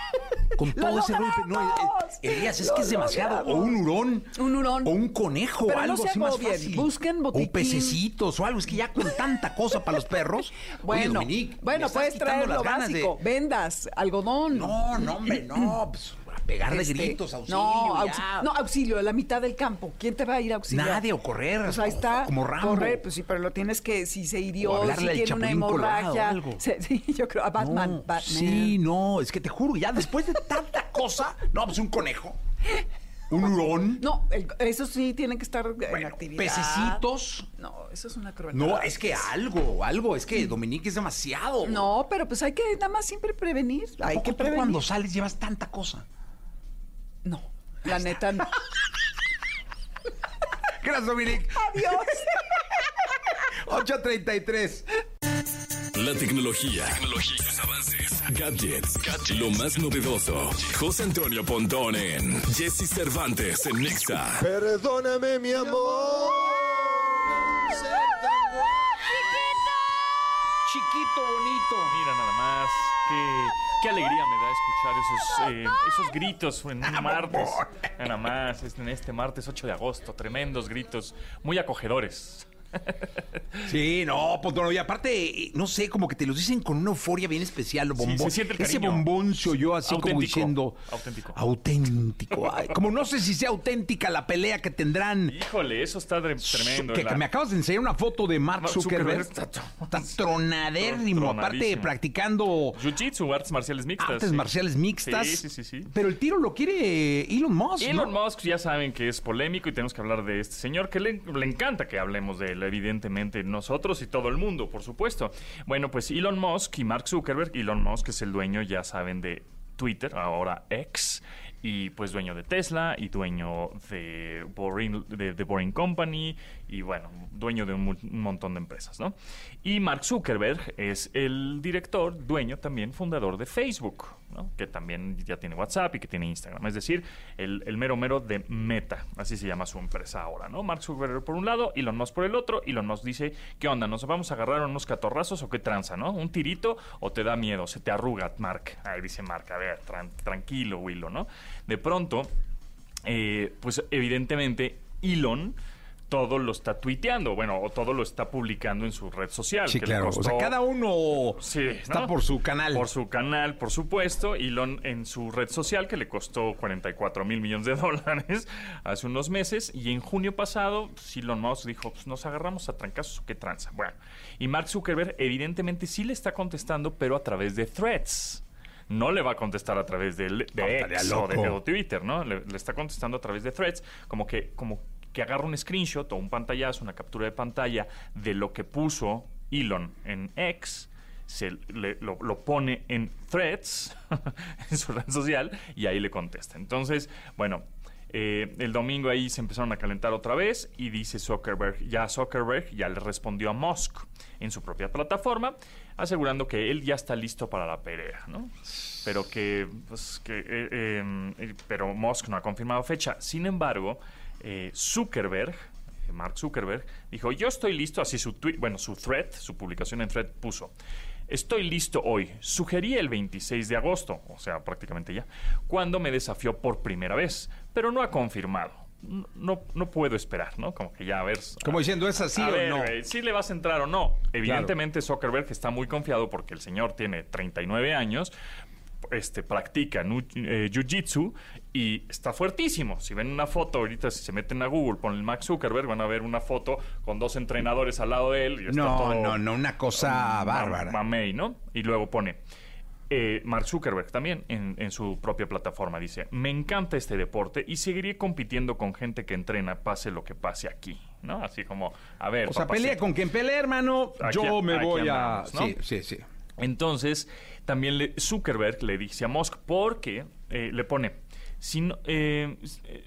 Con ¡Lo todo ese rollo. No, logramos! eh, Elías, es ¡Lo que es demasiado. O logramos! un hurón. Un hurón. O un conejo. Pero no algo se así más agobien, fácil. busquen botiquín. O pececitos o algo. Es que ya con tanta cosa para los perros. Oye, Bueno, Dominique, me bueno, estás puedes quitando traer lo las ganas básico. de- Vendas, algodón. No, no, hombre, no. Pues, a pegar de Este, gritos, auxilio. No, ya. auxi- no, auxilio, a la mitad del campo. ¿Quién te va a ir a auxiliar? Nadie, o correr. Pues ahí está. Como Rambo. Correr, pues sí, pero lo tienes que, si se hirió, O hablarle si al tiene una Chapulín Colorado o hemorragia. algo. Se- sí, yo creo, a Batman. No, Batman. sí, no, es que te juro, ya después de tanta cosa, no, pues un conejo, un hurón, No, el- eso sí tienen que estar en bueno, actividad. pececitos. No, eso es una crueldad. No, es que algo, algo, es que Dominique es demasiado. No, pero pues hay que nada más siempre prevenir. ¿A Hay poco que tú prevenir. cuando sales llevas tanta cosa? No, la neta no. Gracias, Dominique. Adiós. ocho treinta y tres. La tecnología, tecnología, los avances, gadgets, gadgets, lo más novedoso. José Antonio Pontón en Jesse Cervantes en Nexa. Perdóname, mi amor. Chiquito, bonito. Mira nada más, qué, qué alegría me da escuchar esos, eh, esos gritos en un martes. Nada más, es en este martes ocho de agosto, tremendos gritos, muy acogedores. Sí, no, pues no, y aparte, eh, no sé, como que te los dicen con una euforia bien especial, lo Sí, bombón. se siente el Ese cariño. bombón se oyó así como Auténtico, diciendo. auténtico. Auténtico. Ay, como no sé si sea auténtica la pelea que tendrán. Híjole, eso está tre- tremendo. Que, la- que me acabas de enseñar una foto de Mark Mark Zuckerberg. Zuckerberg Está, tronadérrimo. Aparte, Tronadísimo. practicando Jiu-Jitsu, artes marciales mixtas. artes sí. marciales mixtas. Sí, sí, sí, sí. Pero el tiro lo quiere Elon Musk. Elon ¿no? Musk, ya saben que es polémico y tenemos que hablar de este señor que le, le encanta que hablemos de él, evidentemente nosotros y todo el mundo, por supuesto. Bueno, pues Elon Musk y Mark Zuckerberg, Elon Musk es el dueño, ya saben, de Twitter, ahora X, y pues dueño de Tesla y dueño de Boring, de, de Boring Company y bueno, dueño de un, un montón de empresas, ¿no? Y Mark Zuckerberg es el director, dueño también, fundador de Facebook, ¿no? Que también ya tiene WhatsApp y que tiene Instagram, es decir, el, el mero mero de Meta, así se llama su empresa ahora, ¿no? Mark Zuckerberg por un lado, Elon Musk por el otro. Elon Musk dice, ¿qué onda? ¿Nos vamos a agarrar unos catorrazos o qué tranza, no? ¿Un tirito o te da miedo? Se te arruga, Mark. Ahí dice Mark, a ver, tran- tranquilo, Willow, ¿no? De pronto, eh, pues evidentemente Elon todo lo está tuiteando, bueno, o todo lo está publicando en su red social. Sí, que claro. Le costó, o sea, cada uno sí, está ¿no? por su canal. Por su canal, por supuesto. Elon en su red social, que le costó cuarenta y cuatro mil millones de dólares hace unos meses. Y en junio pasado, pues, Elon Musk dijo, pues nos agarramos a trancazos o qué tranza. Bueno, y Mark Zuckerberg evidentemente sí le está contestando, pero a través de Threads. No le va a contestar a través de, de No, X o de, loco. o Twitter, ¿no? Le, le está contestando a través de Threads, como que, como que agarra un screenshot o un pantallazo, una captura de pantalla de lo que puso Elon en X, se le, lo, lo pone en Threads, en su red social, y ahí le contesta. Entonces, bueno, eh, el domingo ahí se empezaron a calentar otra vez y dice Zuckerberg, ya Zuckerberg ya le respondió a Musk en su propia plataforma, asegurando que él ya está listo para la pelea, ¿no? Pero que, pues, que eh, eh, pero Musk no ha confirmado fecha. Sin embargo, eh, Zuckerberg, eh, Mark Zuckerberg, dijo, yo estoy listo, así su tweet, bueno, su thread, su publicación en thread puso, estoy listo hoy, sugerí el veintiséis de agosto, o sea, prácticamente ya, cuando me desafió por primera vez, pero no ha confirmado. No, no puedo esperar, ¿no? Como que ya, a ver... Como diciendo, ¿es así a o ver, no? Güey, ¿sí le vas a entrar o no? Evidentemente claro. Zuckerberg está muy confiado porque el señor tiene treinta y nueve años, este, practica nu- eh, jiu-jitsu y está fuertísimo. Si ven una foto ahorita, si se meten a Google, ponen Mark Zuckerberg, van a ver una foto con dos entrenadores al lado de él. Y está no, todo, no, no, una cosa um, bárbara. Mamey, ¿no? Y luego pone... Eh, Mark Zuckerberg también en, en su propia plataforma dice, me encanta este deporte y seguiré compitiendo con gente que entrena pase lo que pase aquí, ¿no? Así como, a ver, o sea, papacito, pelea con quien pelea, hermano, aquí, yo me voy andamos, a... ¿no? Sí, sí, sí. Entonces, también le, Zuckerberg le dice a Musk, porque eh, le pone, si no, eh,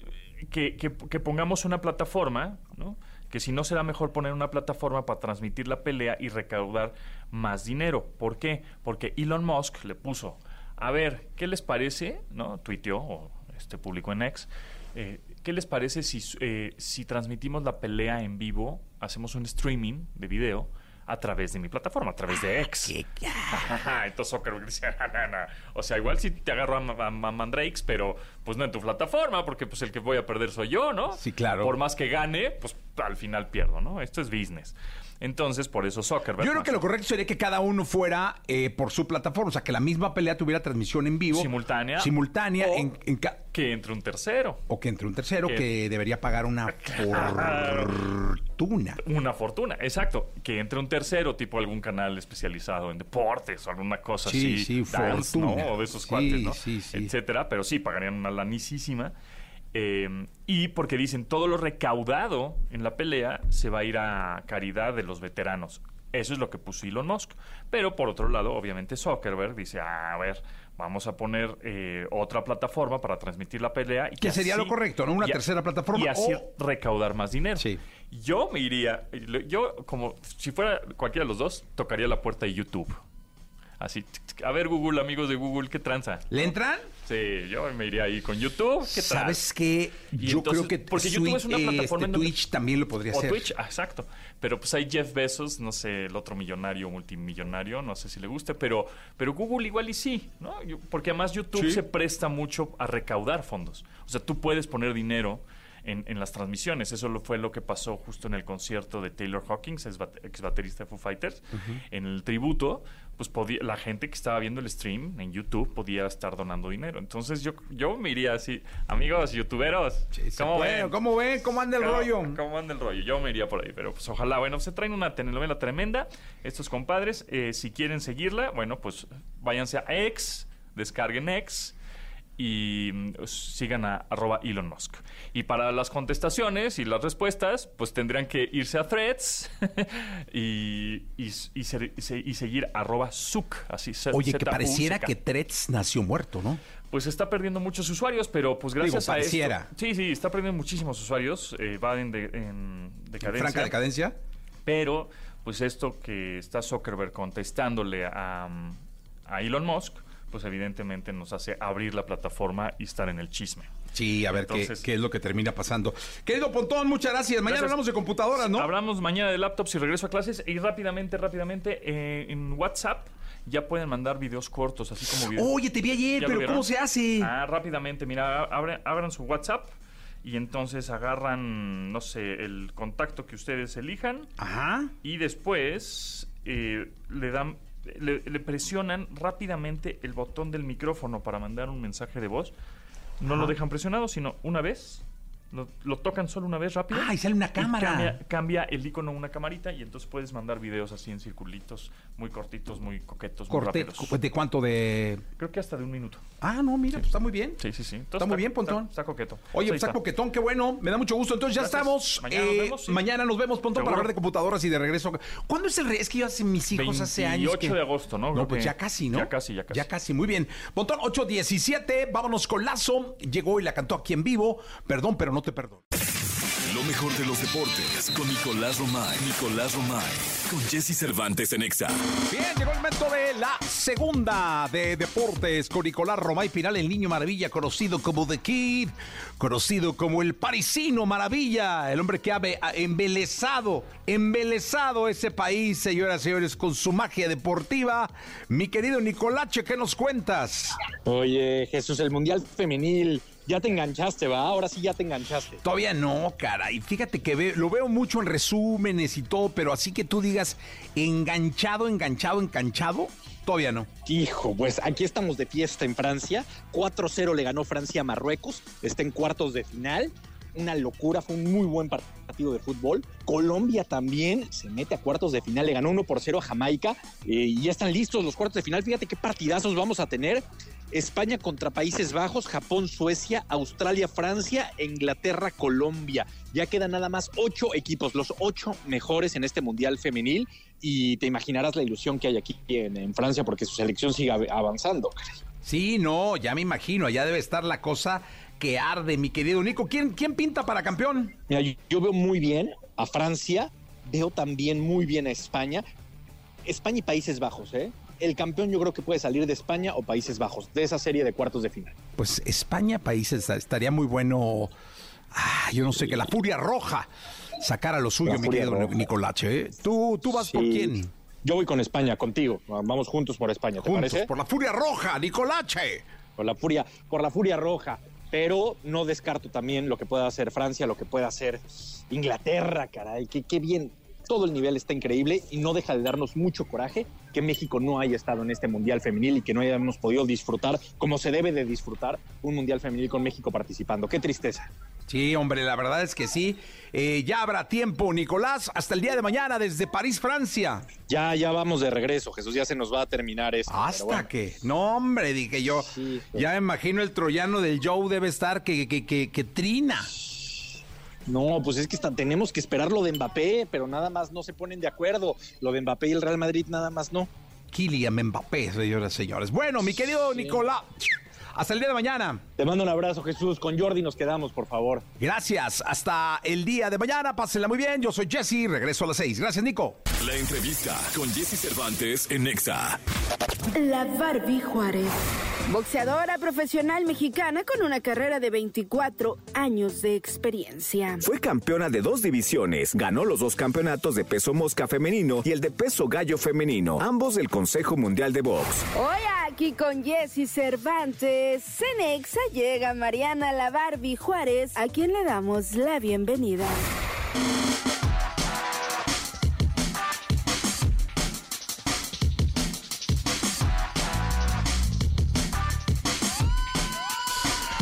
que, que, que pongamos una plataforma, ¿no? Que si no será mejor poner una plataforma para transmitir la pelea y recaudar más dinero. ¿Por qué? Porque Elon Musk le puso, a ver, ¿qué les parece? ¿No? Tuiteó o este publicó en X. Eh, ¿Qué les parece si, eh, si transmitimos la pelea en vivo, hacemos un streaming de video a través de mi plataforma, a través de X? Entonces Zuckerberg dice, no, no. O sea, igual sí te agarro a, a, a Mandrakes, pero pues no en tu plataforma, porque pues el que voy a perder soy yo, ¿no? Sí, claro. Por más que gane, pues al final pierdo, ¿no? Esto es business. Entonces, por eso Zuckerberg... Yo creo que lo correcto sería que cada uno fuera eh, por su plataforma. O sea, que la misma pelea tuviera transmisión en vivo. Simultánea. Simultánea. O en, en ca- que entre un tercero. O que entre un tercero que, que debería pagar una fortuna. Una fortuna, exacto. Que entre un tercero, tipo algún canal especializado en deportes o alguna cosa sí, así. Sí, dance, fortuna. ¿no? O de esos sí, cuates, ¿no? Sí, sí. Etcétera. Pero sí, pagarían una lanicísima. Eh, y porque dicen todo lo recaudado en la pelea se va a ir a caridad de los veteranos. Eso es lo que puso Elon Musk. Pero por otro lado, obviamente Zuckerberg dice, ah, a ver, vamos a poner eh, otra plataforma para transmitir la pelea. Y que sería así, lo correcto, ¿no? Una y, tercera plataforma. Y así o... recaudar más dinero. Sí. Yo me iría, yo como si fuera cualquiera de los dos, tocaría la puerta de YouTube. Así, a ver Google, amigos de Google, ¿qué tranza? ¿Le entran? Sí, yo me iría ahí con YouTube. ¿Qué ¿Sabes qué? Yo entonces, creo que porque YouTube es una plataforma este, en Twitch donde, también lo podría o hacer. Twitch, ah, exacto. Pero pues hay Jeff Bezos, no sé, el otro millonario, multimillonario, no sé si le guste, pero, pero Google igual y sí, ¿no? Yo, porque además YouTube ¿Sí? se presta mucho a recaudar fondos. O sea, tú puedes poner dinero en, en las transmisiones. Eso lo, fue lo que pasó justo en el concierto de Taylor Hawkins, ex baterista de Foo Fighters. Uh-huh. En el tributo, pues podía, la gente que estaba viendo el stream en YouTube podía estar donando dinero. Entonces yo, yo me iría así, amigos youtuberos, sí, ¿cómo ven? ven? ¿Cómo ven? ¿Cómo anda el ¿Cómo, rollo? ¿Cómo anda el rollo? Yo me iría por ahí, pero pues ojalá. Bueno, se traen una telenovela tremenda, estos compadres. Eh, si quieren seguirla, bueno, pues váyanse a X, descarguen X. y mm, sigan a arroba Elon Musk. Y para las contestaciones y las respuestas, pues tendrán que irse a Threads y, y, y, ser- y se- y seguir arroba Zuck, así. Z- Oye, que Z U C K. pareciera que Threads nació muerto, ¿no? Pues está perdiendo muchos usuarios, pero pues gracias Digo, a pareciera. esto... Sí, sí, está perdiendo muchísimos usuarios, eh, va en, de- en decadencia. Franca decadencia. Pero, pues esto que está Zuckerberg contestándole a, a Elon Musk, pues evidentemente nos hace abrir la plataforma y estar en el chisme. Sí, a ver qué, Entonces- qué es lo que termina pasando. Querido Pontón, muchas gracias. Mañana Gracias. hablamos de computadoras, ¿no? Hablamos mañana de laptops y regreso a clases. Y rápidamente, rápidamente, eh, en WhatsApp ya pueden mandar videos cortos, así como videos. Oye, te vi ayer, ¿Ya lo pero vieron? ¿cómo se hace? Ah, rápidamente, mira, abren, abran su WhatsApp y entonces agarran, no sé, el contacto que ustedes elijan Ajá. y después eh, le dan, le, le presionan rápidamente el botón del micrófono para mandar un mensaje de voz. No lo dejan presionado, sino una vez. Lo, lo tocan solo una vez rápido. Ah, y sale una cámara. Cambia, cambia el icono a una camarita y entonces puedes mandar videos así en circulitos, muy cortitos, muy coquetos, muy Corte, rápidos. ¿de cuánto? De... Creo que hasta de un minuto. Ah, no, mira, pues está muy bien. Sí, sí, sí. Entonces Está muy bien, Pontón. Está, está coqueto. Oye, Ahí pues está está. coquetón, qué bueno. Me da mucho gusto. Entonces ya Gracias. estamos. Mañana nos eh, vemos, sí. Mañana nos vemos, Pontón, para Seguro. hablar de computadoras y de regreso. ¿Cuándo es el re... Es que yo hace mis hijos hace años que... veintiocho de agosto, ¿no? No, Creo pues que- ya casi, ¿no? Ya casi, ya casi. Ya casi, muy bien. Pontón, ocho diecisiete, vámonos con Lazo. Llegó y la cantó aquí en vivo. Perdón, pero no te perdono. Lo mejor de los deportes con Nicolás Romay. Nicolás Romay. Con Jesse Cervantes en Exa. Bien, llegó el momento de la segunda de deportes con Nicolás Romay Pinal, el niño maravilla, conocido como The Kid, conocido como el parisino maravilla, el hombre que ha be- ha embelesado, embelesado ese país, señoras y señores, con su magia deportiva. Mi querido Nicolache, ¿qué nos cuentas? Oye, Jesús, el Mundial Femenil, ya te enganchaste, ¿va? Ahora sí ya te enganchaste. Todavía no, caray. Fíjate que ve- lo veo mucho en resúmenes y todo, pero así que tú digas enganchado, enganchado, enganchado, todavía no. Hijo, pues aquí estamos de fiesta en Francia. cuatro cero le ganó Francia a Marruecos. Está en cuartos de final. Una locura, fue un muy buen partido de fútbol. Colombia también se mete a cuartos de final, le ganó uno por cero a Jamaica. Eh, y ya están listos los cuartos de final. Fíjate qué partidazos vamos a tener. España contra Países Bajos, Japón, Suecia, Australia, Francia, e Inglaterra, Colombia. Ya quedan nada más ocho equipos, los ocho mejores en este Mundial Femenil. Y te imaginarás la ilusión que hay aquí en, en Francia porque su selección sigue av- avanzando. Sí, no, ya me imagino, allá debe estar la cosa que arde, mi querido Nico. ¿Quién, quién pinta para campeón? Mira, yo, yo veo muy bien a Francia, veo también muy bien a España. España y Países Bajos, ¿eh? El campeón yo creo que puede salir de España o Países Bajos, de esa serie de cuartos de final. Pues España, países, estaría muy bueno, ah, yo no sé, que la Furia Roja sacara lo suyo, La mi Furia querido Roja. Nicolache. ¿eh? ¿Tú, ¿Tú vas por Sí. quién? Yo voy con España, contigo. Vamos juntos por España, ¿te Juntos, parece? por la Furia Roja, Nicolache. Por la furia, por la furia roja. Pero no descarto también lo que pueda hacer Francia, lo que pueda hacer Inglaterra, caray. Qué, qué bien. Todo el nivel está increíble y no deja de darnos mucho coraje que México no haya estado en este Mundial Femenil y que no hayamos podido disfrutar como se debe de disfrutar un Mundial Femenil con México participando. Qué tristeza. Sí, hombre, la verdad es que sí. Eh, ya habrá tiempo, Nicolás, hasta el día de mañana desde París, Francia. Ya, ya vamos de regreso, Jesús. Ya se nos va a terminar esto. pero Hasta bueno. que, no hombre, dije yo, Sí, pues. ya me imagino el troyano del Joe debe estar que, que, que, que trina. No, pues es que está- tenemos que esperar lo de Mbappé, pero nada más no se ponen de acuerdo. Lo de Mbappé y el Real Madrid nada más no. Kylian Mbappé, señoras y señores. Bueno, mi querido Nicolás, hasta el día de mañana. Te mando un abrazo, Jesús. Con Jordi nos quedamos, por favor. Gracias, hasta el día de mañana. Pásenla muy bien. Yo soy Jesse, regreso a las seis. Gracias, Nico. La entrevista con Jesse Cervantes en Exa. La Barbie Juárez. Boxeadora profesional mexicana con una carrera de veinticuatro años de experiencia. Fue campeona de dos divisiones, ganó los dos campeonatos de peso mosca femenino y el de peso gallo femenino, ambos del Consejo Mundial de Box. Hoy aquí con Jesse Cervantes, Cenexa llega Mariana La Barbie Juárez, a quien le damos la bienvenida.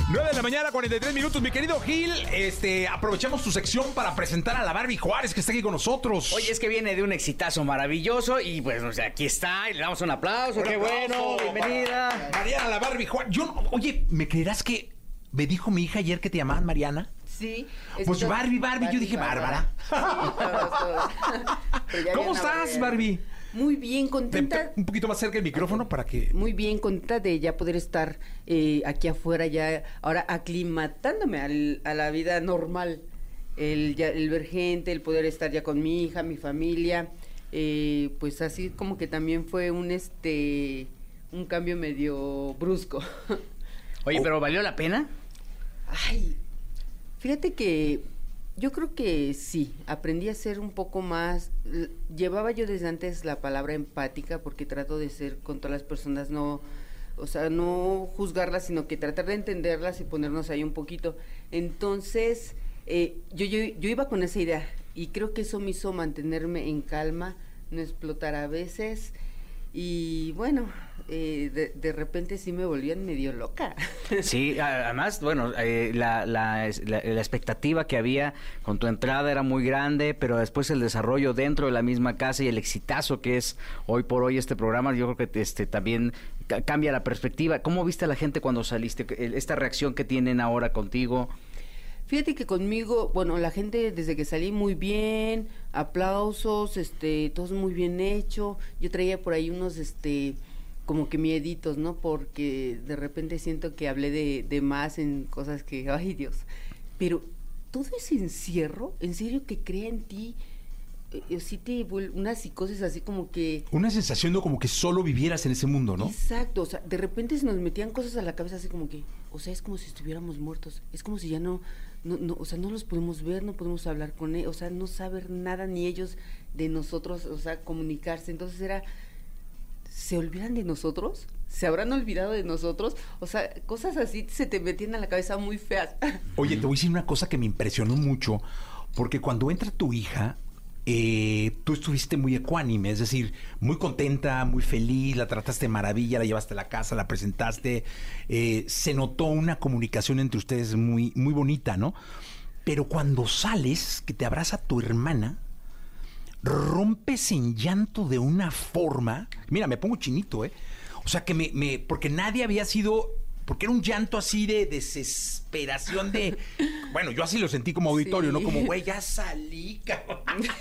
nueve de la mañana, cuarenta y tres minutos. Mi querido Gil, este, aprovechamos tu sección para presentar a la Barbie Juárez, que está aquí con nosotros. Oye, es que viene de un exitazo maravilloso y pues o sea, aquí está y le damos un aplauso. Un ¡Qué aplauso, bueno! ¡Bienvenida! Mariana, la Barbie Juárez. Yo, oye, ¿me creerás que me dijo mi hija ayer que te llamaban Mariana? Sí. Pues está... Barbie, Barbie, Barbie, yo dije Bárbara. Bárbara. Sí, ¿Cómo estás, Barbie? Muy bien, contenta. Un poquito más cerca del micrófono para que... Muy bien, contenta de ya poder estar eh, aquí afuera, ya ahora aclimatándome al, a la vida normal. El, ya, el ver gente, el poder estar ya con mi hija, mi familia. Eh, pues así como que también fue un este un cambio medio brusco. Oye, ¿pero valió la pena? Ay, fíjate que yo creo que sí, aprendí a ser un poco más, llevaba yo desde antes la palabra empática porque trato de ser con todas las personas, no, o sea, no juzgarlas, sino que tratar de entenderlas y ponernos ahí un poquito. Entonces, eh, yo, yo, yo iba con esa idea y creo que eso me hizo mantenerme en calma, no explotar a veces y bueno... Eh, de, de repente sí me volvían medio loca. Sí, además, bueno, eh, la, la, la, la expectativa que había con tu entrada era muy grande, pero después el desarrollo dentro de la misma casa y el exitazo que es hoy por hoy este programa, yo creo que este también ca- cambia la perspectiva. ¿Cómo viste a la gente cuando saliste? Esta reacción que tienen ahora contigo. Fíjate que conmigo, bueno, la gente desde que salí muy bien, aplausos, este, todo muy bien hecho. Yo traía por ahí unos, este... como que mieditos, ¿no? Porque de repente siento que hablé de, de más en cosas que, ay Dios, pero todo ese encierro, en serio que crea en ti, eh, sí te vuelve una psicosis así como que... Una sensación de como que solo vivieras en ese mundo, ¿no? Exacto, o sea, de repente se nos metían cosas a la cabeza así como que, o sea, es como si estuviéramos muertos, es como si ya no, no, no o sea, no los podemos ver, no podemos hablar con ellos, o sea, no saber nada ni ellos de nosotros, o sea, comunicarse, entonces era... ¿Se olvidan de nosotros? ¿Se habrán olvidado de nosotros? O sea, cosas así se te metían a la cabeza muy feas. Oye, te voy a decir una cosa que me impresionó mucho, porque cuando entra tu hija, eh, tú estuviste muy ecuánime, es decir, muy contenta, muy feliz, la trataste de maravilla, la llevaste a la casa, la presentaste, eh, se notó una comunicación entre ustedes muy, muy bonita, ¿no? Pero cuando sales, que te abraza tu hermana, rompes en llanto de una forma, mira, me pongo chinito, ¿eh? O sea, que me, me, porque nadie había sido, porque era un llanto así de desesperación de, bueno, yo así lo sentí como auditorio, sí. ¿No? Como, güey, ya salí, cabrón.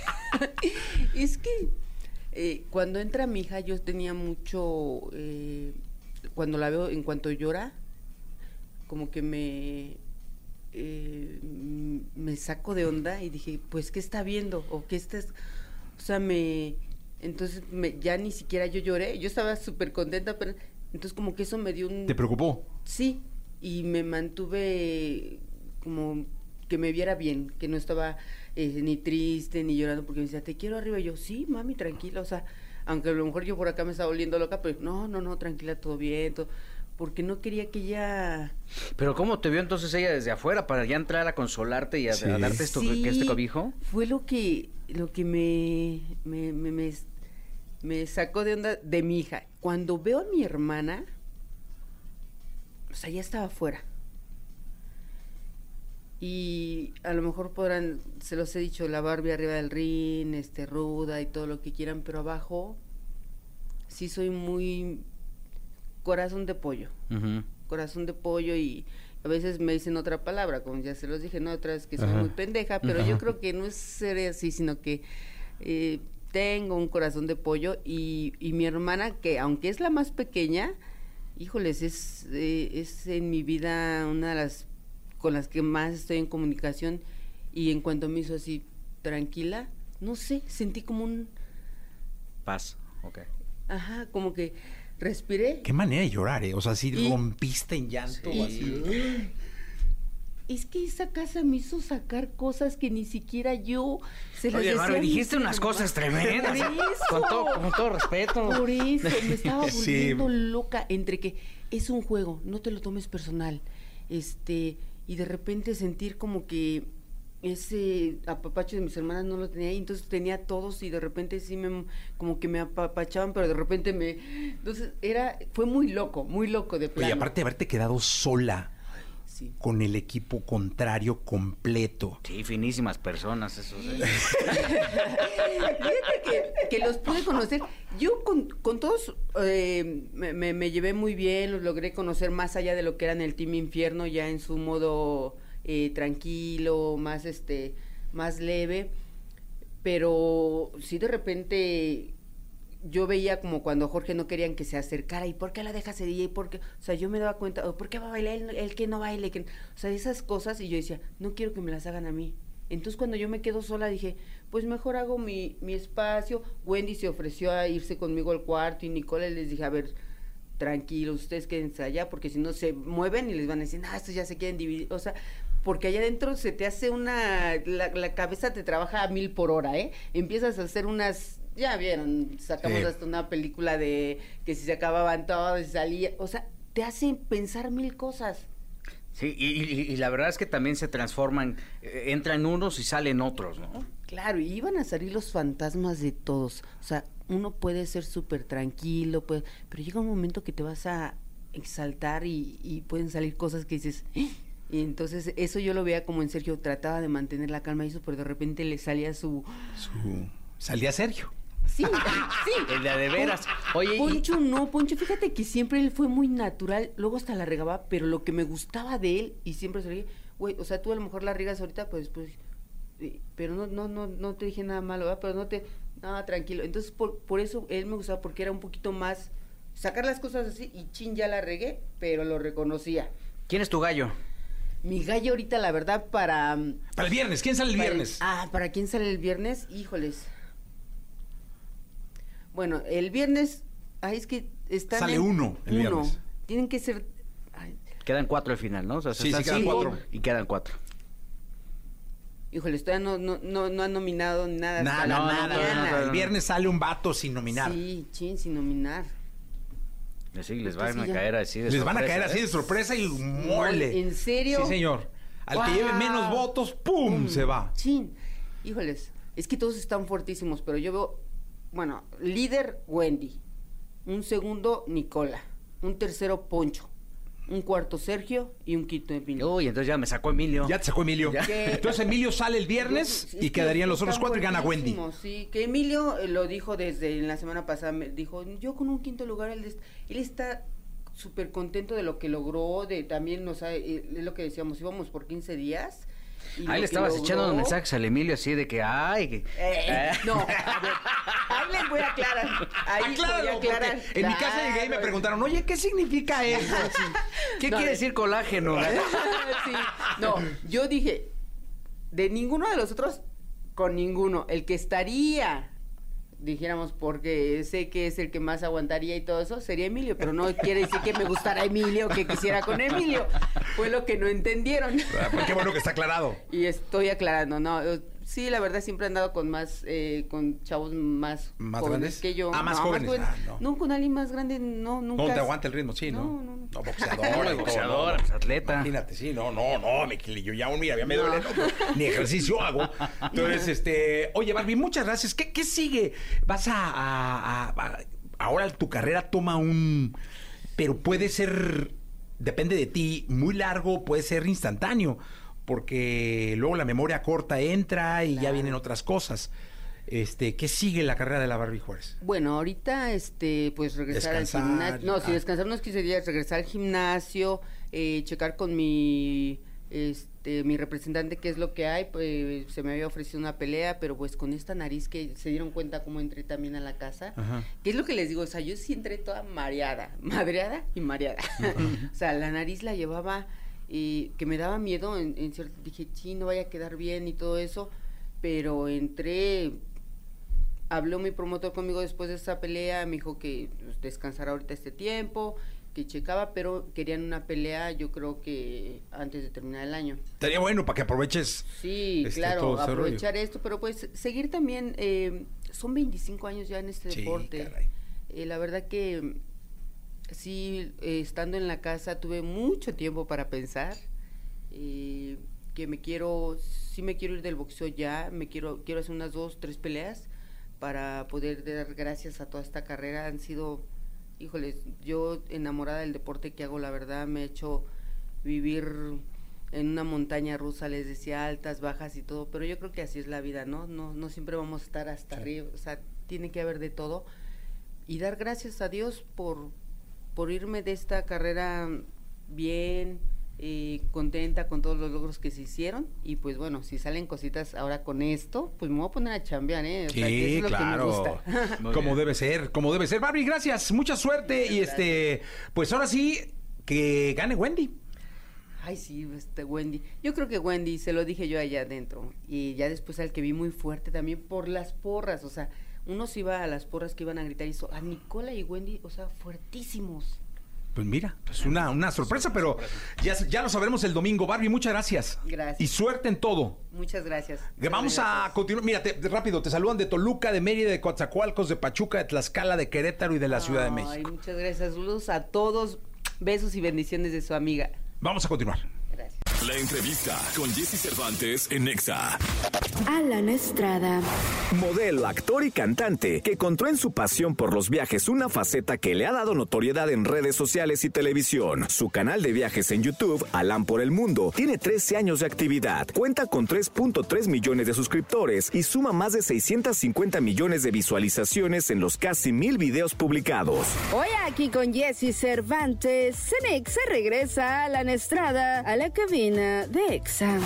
Es que eh, cuando entra mi hija, yo tenía mucho, eh, cuando la veo, en cuanto llora, como que me... Eh, me saco de onda y dije, pues, ¿qué está viendo? O ¿qué estás...? O sea, me... Entonces, me, ya ni siquiera yo lloré. Yo estaba súper contenta, pero... Entonces, como que eso me dio un... ¿Te preocupó? Sí. Y me mantuve como que me viera bien, que no estaba eh, ni triste, ni llorando, porque me decía, te quiero arriba. Y yo, sí, mami, tranquila. O sea, aunque a lo mejor yo por acá me estaba volviendo loca, pero no, no, no, tranquila, todo bien, todo... Porque no quería que ella... ¿Pero cómo te vio entonces ella desde afuera para ya entrar a consolarte y a, sí. a darte esto, sí, que este cobijo? Fue lo que lo que me me, me, me me sacó de onda de mi hija. Cuando veo a mi hermana, o sea, ya estaba afuera. Y a lo mejor podrán, se los he dicho, la Barbie arriba del ring, este, ruda y todo lo que quieran, pero abajo sí soy muy... corazón de pollo, uh-huh. corazón de pollo y a veces me dicen otra palabra, como ya se los dije, no, otra vez que soy uh-huh. muy pendeja, pero uh-huh. yo creo que no es ser así, sino que eh, tengo un corazón de pollo y, y mi hermana, que aunque es la más pequeña, híjoles, es, eh, es en mi vida una de las con las que más estoy en comunicación y en cuanto me hizo así, tranquila, no sé, sentí como un... Paz, ok. Ajá, como que... respiré. Qué manera de llorar, ¿eh? O sea, si y... rompiste en llanto. Sí. Así. Es que esa casa me hizo sacar cosas que ni siquiera yo se las Oye, decía. Barbie, dijiste unas cosas tremendas. Por eso. Con todo, con todo respeto. Por eso, me estaba volviendo sí. loca. Entre que es un juego, no te lo tomes personal. Este, y de repente sentir como que ese apapacho de mis hermanas no lo tenía ahí, entonces tenía todos y de repente sí me, como que me apapachaban, pero de repente me, entonces era, fue muy loco, muy loco de plano. Oye, aparte de haberte quedado sola, Sí. con el equipo contrario completo. Sí, finísimas personas esos. ¿eh? Fíjate que, que los pude conocer. Yo con, con todos eh, me, me, me llevé muy bien, los logré conocer más allá de lo que eran el Team Infierno, ya en su modo eh, tranquilo, más este, más leve. Pero sí de repente yo veía como cuando Jorge no querían que se acercara, ¿y por qué la dejas de D J? ¿Por qué? O sea, yo me daba cuenta, ¿por qué va a bailar el, el que no baile? Que... O sea, esas cosas, y yo decía, no quiero que me las hagan a mí. Entonces cuando yo me quedo sola dije, pues mejor hago mi, mi espacio. Wendy se ofreció a irse conmigo al cuarto y Nicole les dije, a ver, tranquilos, ustedes quédense allá, porque si no se mueven y les van a decir, ah, estos ya se quieren dividir, o sea, porque allá adentro se te hace una, la, la cabeza te trabaja a mil por hora, ¿eh? Empiezas a hacer unas, ya vieron, sacamos sí. hasta una película de que si se acababan todos y salía, o sea, te hacen pensar mil cosas. Sí, y, y, y la verdad es que también se transforman, eh, entran unos y salen otros, ¿no? Claro, y iban a salir los fantasmas de todos, o sea, uno puede ser súper tranquilo, puede, pero llega un momento que te vas a exaltar y, y pueden salir cosas que dices, ¡eh! Y entonces eso yo lo veía como en Sergio, trataba de mantener la calma y eso, pero de repente le salía su... su... salía Sergio. Sí, sí. El de, de veras. Oye, Poncho y... no, Poncho, fíjate que siempre él fue muy natural, luego hasta la regaba, pero lo que me gustaba de él, y siempre se le dije, güey, o sea, tú a lo mejor la riegas ahorita, pues después, eh, pero no, no, no, no te dije nada malo, ¿verdad? Pero no te, nada, tranquilo. Entonces, por, por eso él me gustaba, porque era un poquito más, sacar las cosas así, y chin, ya la regué, pero lo reconocía. ¿Quién es tu gallo? Mi gallo ahorita, la verdad, para... Para el viernes, ¿quién sale el viernes? El, ah, ¿para quién sale el viernes? Híjoles. Bueno, el viernes, ay, es que están sale en, uno el uno. viernes. Tienen que ser... Ay. Quedan cuatro al final, ¿no? O sea, sí, sí, quedan cuatro. Y quedan cuatro. Híjole, todavía no, no, no, no han nominado nada. Nada, hasta no, la nada, mañana. nada. El viernes sale un vato sin nominar. Sí, chin, sin nominar. Sí, les van Entonces, a ya. caer así de Les sorpresa, van a caer ¿eh? así de sorpresa y mole. ¿En serio? Sí, señor. Al ¡Wow! que lleve menos votos, ¡pum! Mm, se va. Chin. Híjoles, es que todos están fuertísimos, pero yo veo, bueno, líder Wendy, un segundo Nicola, un tercero Poncho, un cuarto Sergio y un quinto Emilio. Uy, entonces ya me sacó Emilio. Ya te sacó Emilio. Entonces Emilio sale el viernes Yo, y quedarían los otros cuatro y gana Wendy. Sí, que Emilio eh, lo dijo desde la semana pasada, me dijo, yo con un quinto lugar, él, él está súper contento de lo que logró, de también, o sea, eh, es lo que decíamos, íbamos por quince días. Y ahí le estabas logró... echando unos mensajes al Emilio así de que, ay, que... Eh, no, a ver, ahí les voy a aclarar. Ahí Acláralo, voy a aclarar. En claro. mi casa llegué y me preguntaron, oye, ¿qué significa eso? ¿Qué no, quiere de... decir colágeno? Sí, no, yo dije, de ninguno de los otros, con ninguno. El que estaría, dijéramos, porque sé que es el que más aguantaría y todo eso, sería Emilio, pero no quiere decir que me gustara Emilio, que quisiera con Emilio. Fue lo que no entendieron. Qué bueno que está aclarado. Y estoy aclarando, no, sí, la verdad siempre he andado con más, eh, con chavos más, ¿Más jóvenes grandes? que yo. Ah, más no, jóvenes. Más ah, no. no, con alguien más grande, no, nunca. No te aguanta el ritmo, sí, ¿no? No, no, no. No, boxeador. No, boxeador, pues, atleta. Imagínate, sí, no, no, no, me, yo ya, mira, ya me duele, no, ni ejercicio hago. Entonces, este, oye, Barbie, muchas gracias. ¿Qué, qué sigue? Vas a, a, a, a, ahora tu carrera toma un, pero puede ser, depende de ti, muy largo, puede ser instantáneo, porque luego la memoria corta entra y claro. ya vienen otras cosas. Este, ¿qué sigue la carrera de la Barbie Juárez? Bueno, ahorita, este, pues regresar descansar, al gimnasio. No, ah. si descansar unos quince días, regresar al gimnasio, eh, checar con mi, este, mi representante qué es lo que hay. Pues, se me había ofrecido una pelea, pero pues con esta nariz que se dieron cuenta cómo entré también a la casa. Ajá. ¿Qué es lo que les digo? O sea, yo sí entré toda mareada, madreada y mareada. O sea, la nariz la llevaba, y que me daba miedo. En, en cierto, dije, sí, no vaya a quedar bien y todo eso, pero entré. Habló mi promotor conmigo después de esa pelea, me dijo que pues, descansara ahorita este tiempo, que checaba, pero querían una pelea, yo creo que antes de terminar el año. Estaría bueno para que aproveches. Sí, este, claro, aprovechar rollo. esto, pero pues seguir también, eh, son veinticinco años ya en este sí, deporte. Eh, la verdad que sí, eh, estando en la casa tuve mucho tiempo para pensar, eh, que me quiero, sí me quiero ir del boxeo ya, me quiero, quiero hacer unas dos, tres peleas, para poder dar gracias a toda esta carrera. Han sido, híjoles, yo enamorada del deporte que hago, la verdad, me he hecho vivir en una montaña rusa, les decía, altas, bajas y todo, pero yo creo que así es la vida, ¿no? No, no siempre vamos a estar hasta sí. arriba, o sea, tiene que haber de todo, y dar gracias a Dios por, por irme de esta carrera bien, eh, contenta con todos los logros que se hicieron, y pues bueno, si salen cositas ahora con esto, pues me voy a poner a chambear, ¿eh? O sea, sí, que eso es claro. lo que me gusta. Como debe ser, como debe ser. Barbie, gracias, mucha suerte, muchas y gracias. este, pues ahora sí, que gane Wendy. Ay, sí, este Wendy. Yo creo que Wendy, se lo dije yo allá adentro. Y ya después al que vi muy fuerte también por las porras. O sea, uno se iba a las porras que iban a gritar y hizo a Nicola y Wendy, o sea, fuertísimos. Pues mira, pues una, una sorpresa, pero ya, ya lo sabremos el domingo. Barbie, muchas gracias. Gracias. Y suerte en todo. Muchas gracias. Vamos a continuar. Mira, te, rápido, te saludan de Toluca, de Mérida, de Coatzacoalcos, de Pachuca, de Tlaxcala, de Querétaro y de la Ciudad de México. Ay, muchas gracias. Saludos a todos. Besos y bendiciones de su amiga. Vamos a continuar. Gracias. La entrevista con Jessy Cervantes en Nexa. Alan Estrada. Modelo, actor y cantante que encontró en su pasión por los viajes una faceta que le ha dado notoriedad en redes sociales y televisión. Su canal de viajes en YouTube, Alan por el Mundo, tiene trece años de actividad, cuenta con tres punto tres millones de suscriptores y suma más de seiscientos cincuenta millones de visualizaciones en los casi mil videos publicados. Hoy aquí con Jessy Cervantes, en Exa regresa Alan Estrada a la cabina de Exa.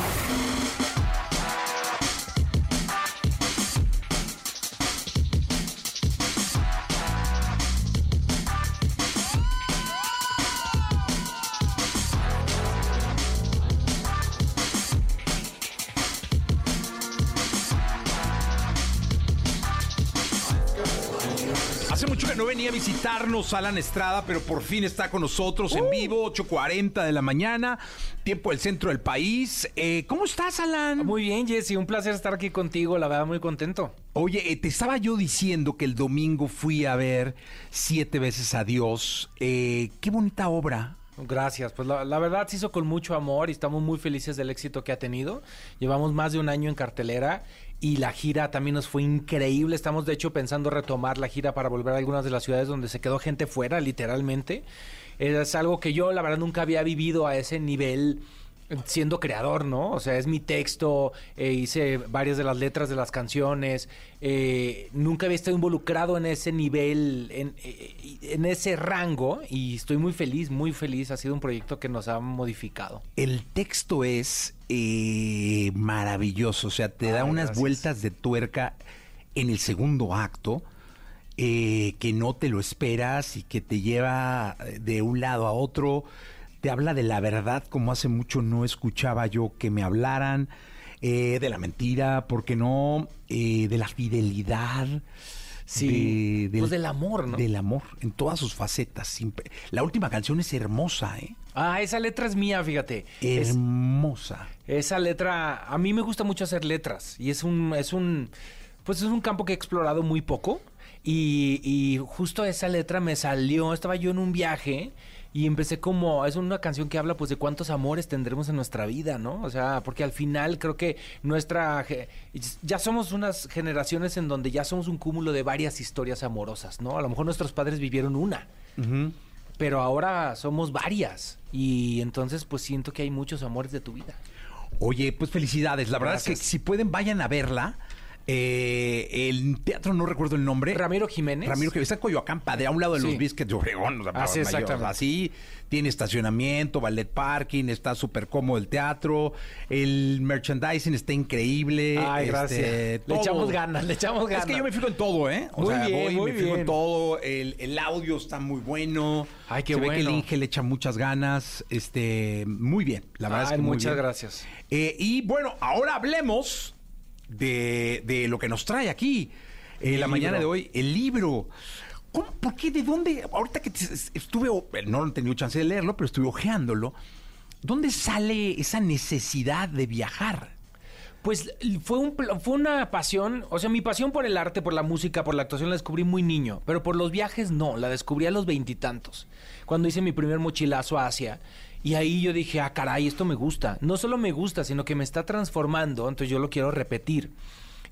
Hace mucho que no venía a visitarnos Alan Estrada, pero por fin está con nosotros en vivo, ocho cuarenta de la mañana, tiempo del centro del país. Eh, ¿Cómo estás, Alan? Muy bien, Jessy, un placer estar aquí contigo, la verdad, muy contento. Oye, eh, te estaba yo diciendo que el domingo fui a ver Siete veces a Dios. Eh, qué bonita obra. Gracias, pues la, la verdad se hizo con mucho amor y estamos muy felices del éxito que ha tenido. Llevamos más de un año en cartelera y la gira también nos fue increíble. Estamos de hecho pensando retomar la gira para volver a algunas de las ciudades donde se quedó gente fuera, literalmente. Es algo que yo la verdad nunca había vivido a ese nivel siendo creador, ¿no? O sea, es mi texto, eh, hice varias de las letras de las canciones, eh, nunca había estado involucrado en ese nivel, en, eh, en ese rango, y estoy muy feliz, muy feliz. Ha sido un proyecto que nos ha modificado. El texto es eh, maravilloso, o sea, te Ay, da unas gracias. vueltas de tuerca en el segundo acto, eh, que no te lo esperas y que te lleva de un lado a otro. Te habla de la verdad, como hace mucho no escuchaba yo que me hablaran, eh, de la mentira, ¿por qué no? Eh, de la fidelidad. Sí, de, del, pues del amor, ¿no? Del amor, en todas sus facetas. Siempre. La última canción es hermosa, ¿eh? Ah, esa letra es mía, fíjate. Hermosa. Es, esa letra, a mí me gusta mucho hacer letras, y es un, es un, pues es un campo que he explorado muy poco, y, y justo esa letra me salió, estaba yo en un viaje, y empecé como, es una canción que habla pues de cuántos amores tendremos en nuestra vida, ¿no? O sea, porque al final creo que nuestra, ya somos unas generaciones en donde ya somos un cúmulo de varias historias amorosas, ¿no? A lo mejor nuestros padres vivieron una, uh-huh. pero ahora somos varias, y entonces pues siento que hay muchos amores de tu vida. Oye, pues felicidades, la Gracias. verdad es que si pueden vayan a verla. Eh, el teatro, no recuerdo el nombre. Ramiro Jiménez. Ramiro Jiménez, está en Coyoacán, Padre, a un lado de los sí. Vizques de Obregón. O sea, así, exactamente. Así, tiene estacionamiento, ballet parking, está súper cómodo el teatro, el merchandising está increíble. Ay, este, gracias. Le todo. echamos ganas, le echamos ganas. Es que yo me fijo en todo, ¿eh? O muy sea, bien, voy, muy me fijo bien. en todo. El, el audio está muy bueno. Ay, qué Se bueno. ve que el Inge le echa muchas ganas. Este, muy bien. La verdad Ay, es que muy muchas bien. gracias. Eh, y bueno, ahora hablemos De, de lo que nos trae aquí eh, la libro. mañana de hoy, el libro. ¿Cómo? ¿Por qué? ¿De dónde? Ahorita que estuve, no he tenido chance de leerlo, pero estuve hojeándolo. ¿Dónde sale esa necesidad de viajar? Pues fue, un, fue una pasión, o sea, mi pasión por el arte, por la música, por la actuación la descubrí muy niño, pero por los viajes no, la descubrí a los veintitantos, cuando hice mi primer mochilazo a Asia. Y ahí yo dije, ah, caray, esto me gusta. No solo me gusta, sino que me está transformando, entonces yo lo quiero repetir.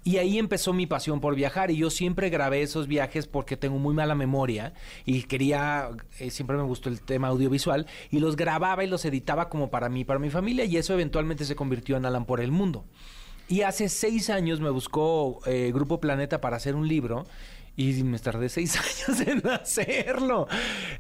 Y ahí empezó mi pasión por viajar y yo siempre grabé esos viajes porque tengo muy mala memoria y quería, eh, siempre me gustó el tema audiovisual y los grababa y los editaba como para mí, para mi familia y eso eventualmente se convirtió en Alan por el Mundo. Y hace seis años me buscó eh, Grupo Planeta para hacer un libro y me tardé seis años en hacerlo.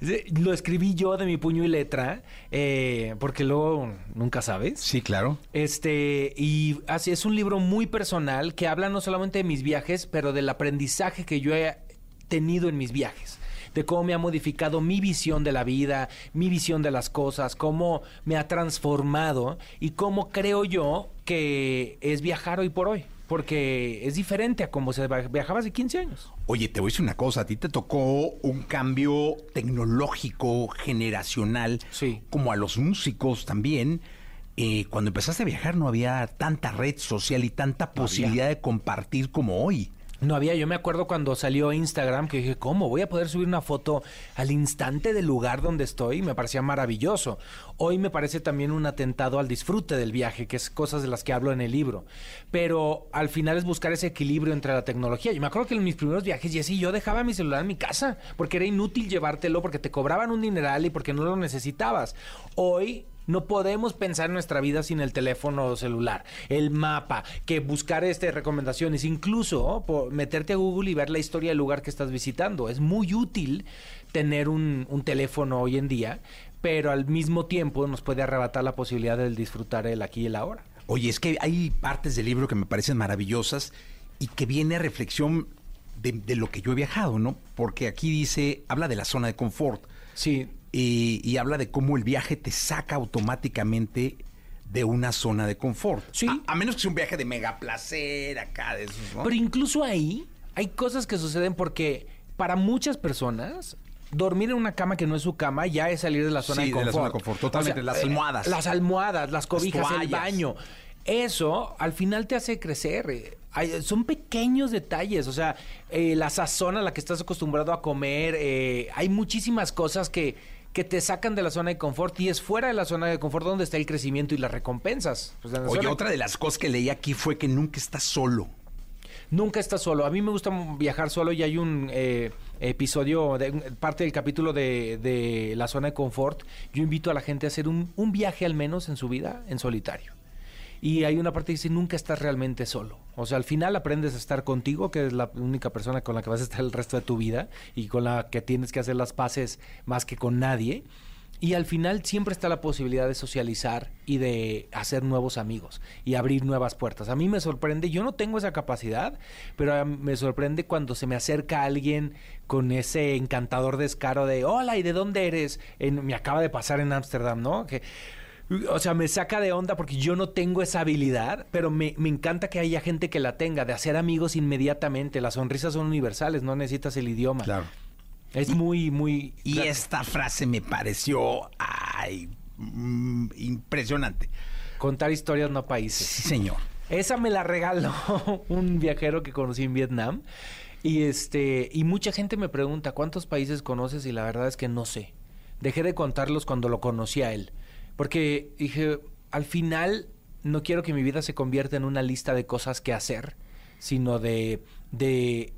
Lo escribí yo de mi puño y letra, eh, porque luego nunca sabes. Sí, claro. Este, y así es un libro muy personal que habla no solamente de mis viajes, pero del aprendizaje que yo he tenido en mis viajes. De cómo me ha modificado mi visión de la vida, mi visión de las cosas, cómo me ha transformado y cómo creo yo que es viajar hoy por hoy. Porque es diferente a como se viajaba hace quince años. Oye, te voy a decir una cosa. A ti te tocó un cambio tecnológico, generacional. Sí. Como a los músicos también. Eh, cuando empezaste a viajar no había tanta red social y tanta posibilidad no de compartir como hoy. No había, yo me acuerdo cuando salió Instagram que dije, ¿cómo? ¿Voy a poder subir una foto al instante del lugar donde estoy? Me parecía maravilloso. Hoy me parece también un atentado al disfrute del viaje, que es cosas de las que hablo en el libro. Pero al final es buscar ese equilibrio entre la tecnología. Yo me acuerdo que en mis primeros viajes, Jessy, yo dejaba mi celular en mi casa, porque era inútil llevártelo, porque te cobraban un dineral y porque no lo necesitabas. Hoy no podemos pensar en nuestra vida sin el teléfono celular, el mapa, que buscar este recomendaciones, incluso por meterte a Google y ver la historia del lugar que estás visitando. Es muy útil tener un, un teléfono hoy en día, pero al mismo tiempo nos puede arrebatar la posibilidad de disfrutar el aquí y el ahora. Oye, es que hay partes del libro que me parecen maravillosas y que viene a reflexión de, de lo que yo he viajado, ¿no? Porque aquí dice, habla de la zona de confort. Sí. Y, y habla de cómo el viaje te saca automáticamente de una zona de confort. Sí. A, a menos que sea un viaje de mega placer acá, de esos, ¿no? Pero incluso ahí hay cosas que suceden porque para muchas personas dormir en una cama que no es su cama ya es salir de la zona sí, de confort. de la zona de confort, totalmente. O sea, las almohadas. Las almohadas, las cobijas, las el baño. Eso al final te hace crecer. Hay, son pequeños detalles, o sea, eh, la sazón a la que estás acostumbrado a comer. Eh, hay muchísimas cosas que, que te sacan de la zona de confort y es fuera de la zona de confort donde está el crecimiento y las recompensas. Pues en la Oye, zona... otra de las cosas que leí aquí fue que nunca estás solo. Nunca estás solo. A mí me gusta viajar solo y hay un eh, episodio, de, parte del capítulo de, de la zona de confort. Yo invito a la gente a hacer un, un viaje al menos en su vida en solitario. Y hay una parte que dice, nunca estás realmente solo. O sea, al final aprendes a estar contigo, que es la única persona con la que vas a estar el resto de tu vida y con la que tienes que hacer las paces más que con nadie. Y al final siempre está la posibilidad de socializar y de hacer nuevos amigos y abrir nuevas puertas. A mí me sorprende, yo no tengo esa capacidad, pero me sorprende cuando se me acerca alguien con ese encantador descaro de, hola, ¿y de dónde eres? En, me acaba de pasar en Ámsterdam, ¿no? Que... O sea, me saca de onda porque yo no tengo esa habilidad, pero me, me encanta que haya gente que la tenga, de hacer amigos inmediatamente. Las sonrisas son universales, no necesitas el idioma. Claro. Es muy, muy... Y esta frase me pareció, ay, mm, impresionante. Contar historias, no países. Sí, señor. Esa me la regaló un viajero que conocí en Vietnam. Y este y mucha gente me pregunta, ¿cuántos países conoces? Y la verdad es que no sé. Dejé de contarlos cuando lo conocí a él. Porque dije, al final no quiero que mi vida se convierta en una lista de cosas que hacer, sino de, de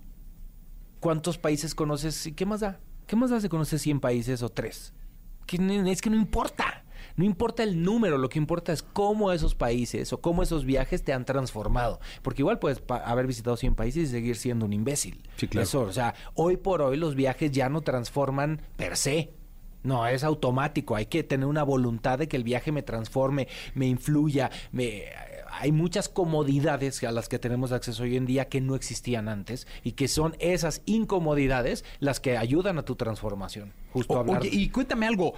cuántos países conoces y qué más da. ¿Qué más da si conoces cien países o tres? Que es que no importa. No importa el número, lo que importa es cómo esos países o cómo esos viajes te han transformado. Porque igual puedes pa- haber visitado cien países y seguir siendo un imbécil. Sí, claro. Eso, o sea, hoy por hoy los viajes ya no transforman per se. No, es automático. Hay que tener una voluntad de que el viaje me transforme, me influya. Me... Hay muchas comodidades a las que tenemos acceso hoy en día que no existían antes y que son esas incomodidades las que ayudan a tu transformación. Justo O, hablar. Oye, y cuéntame algo.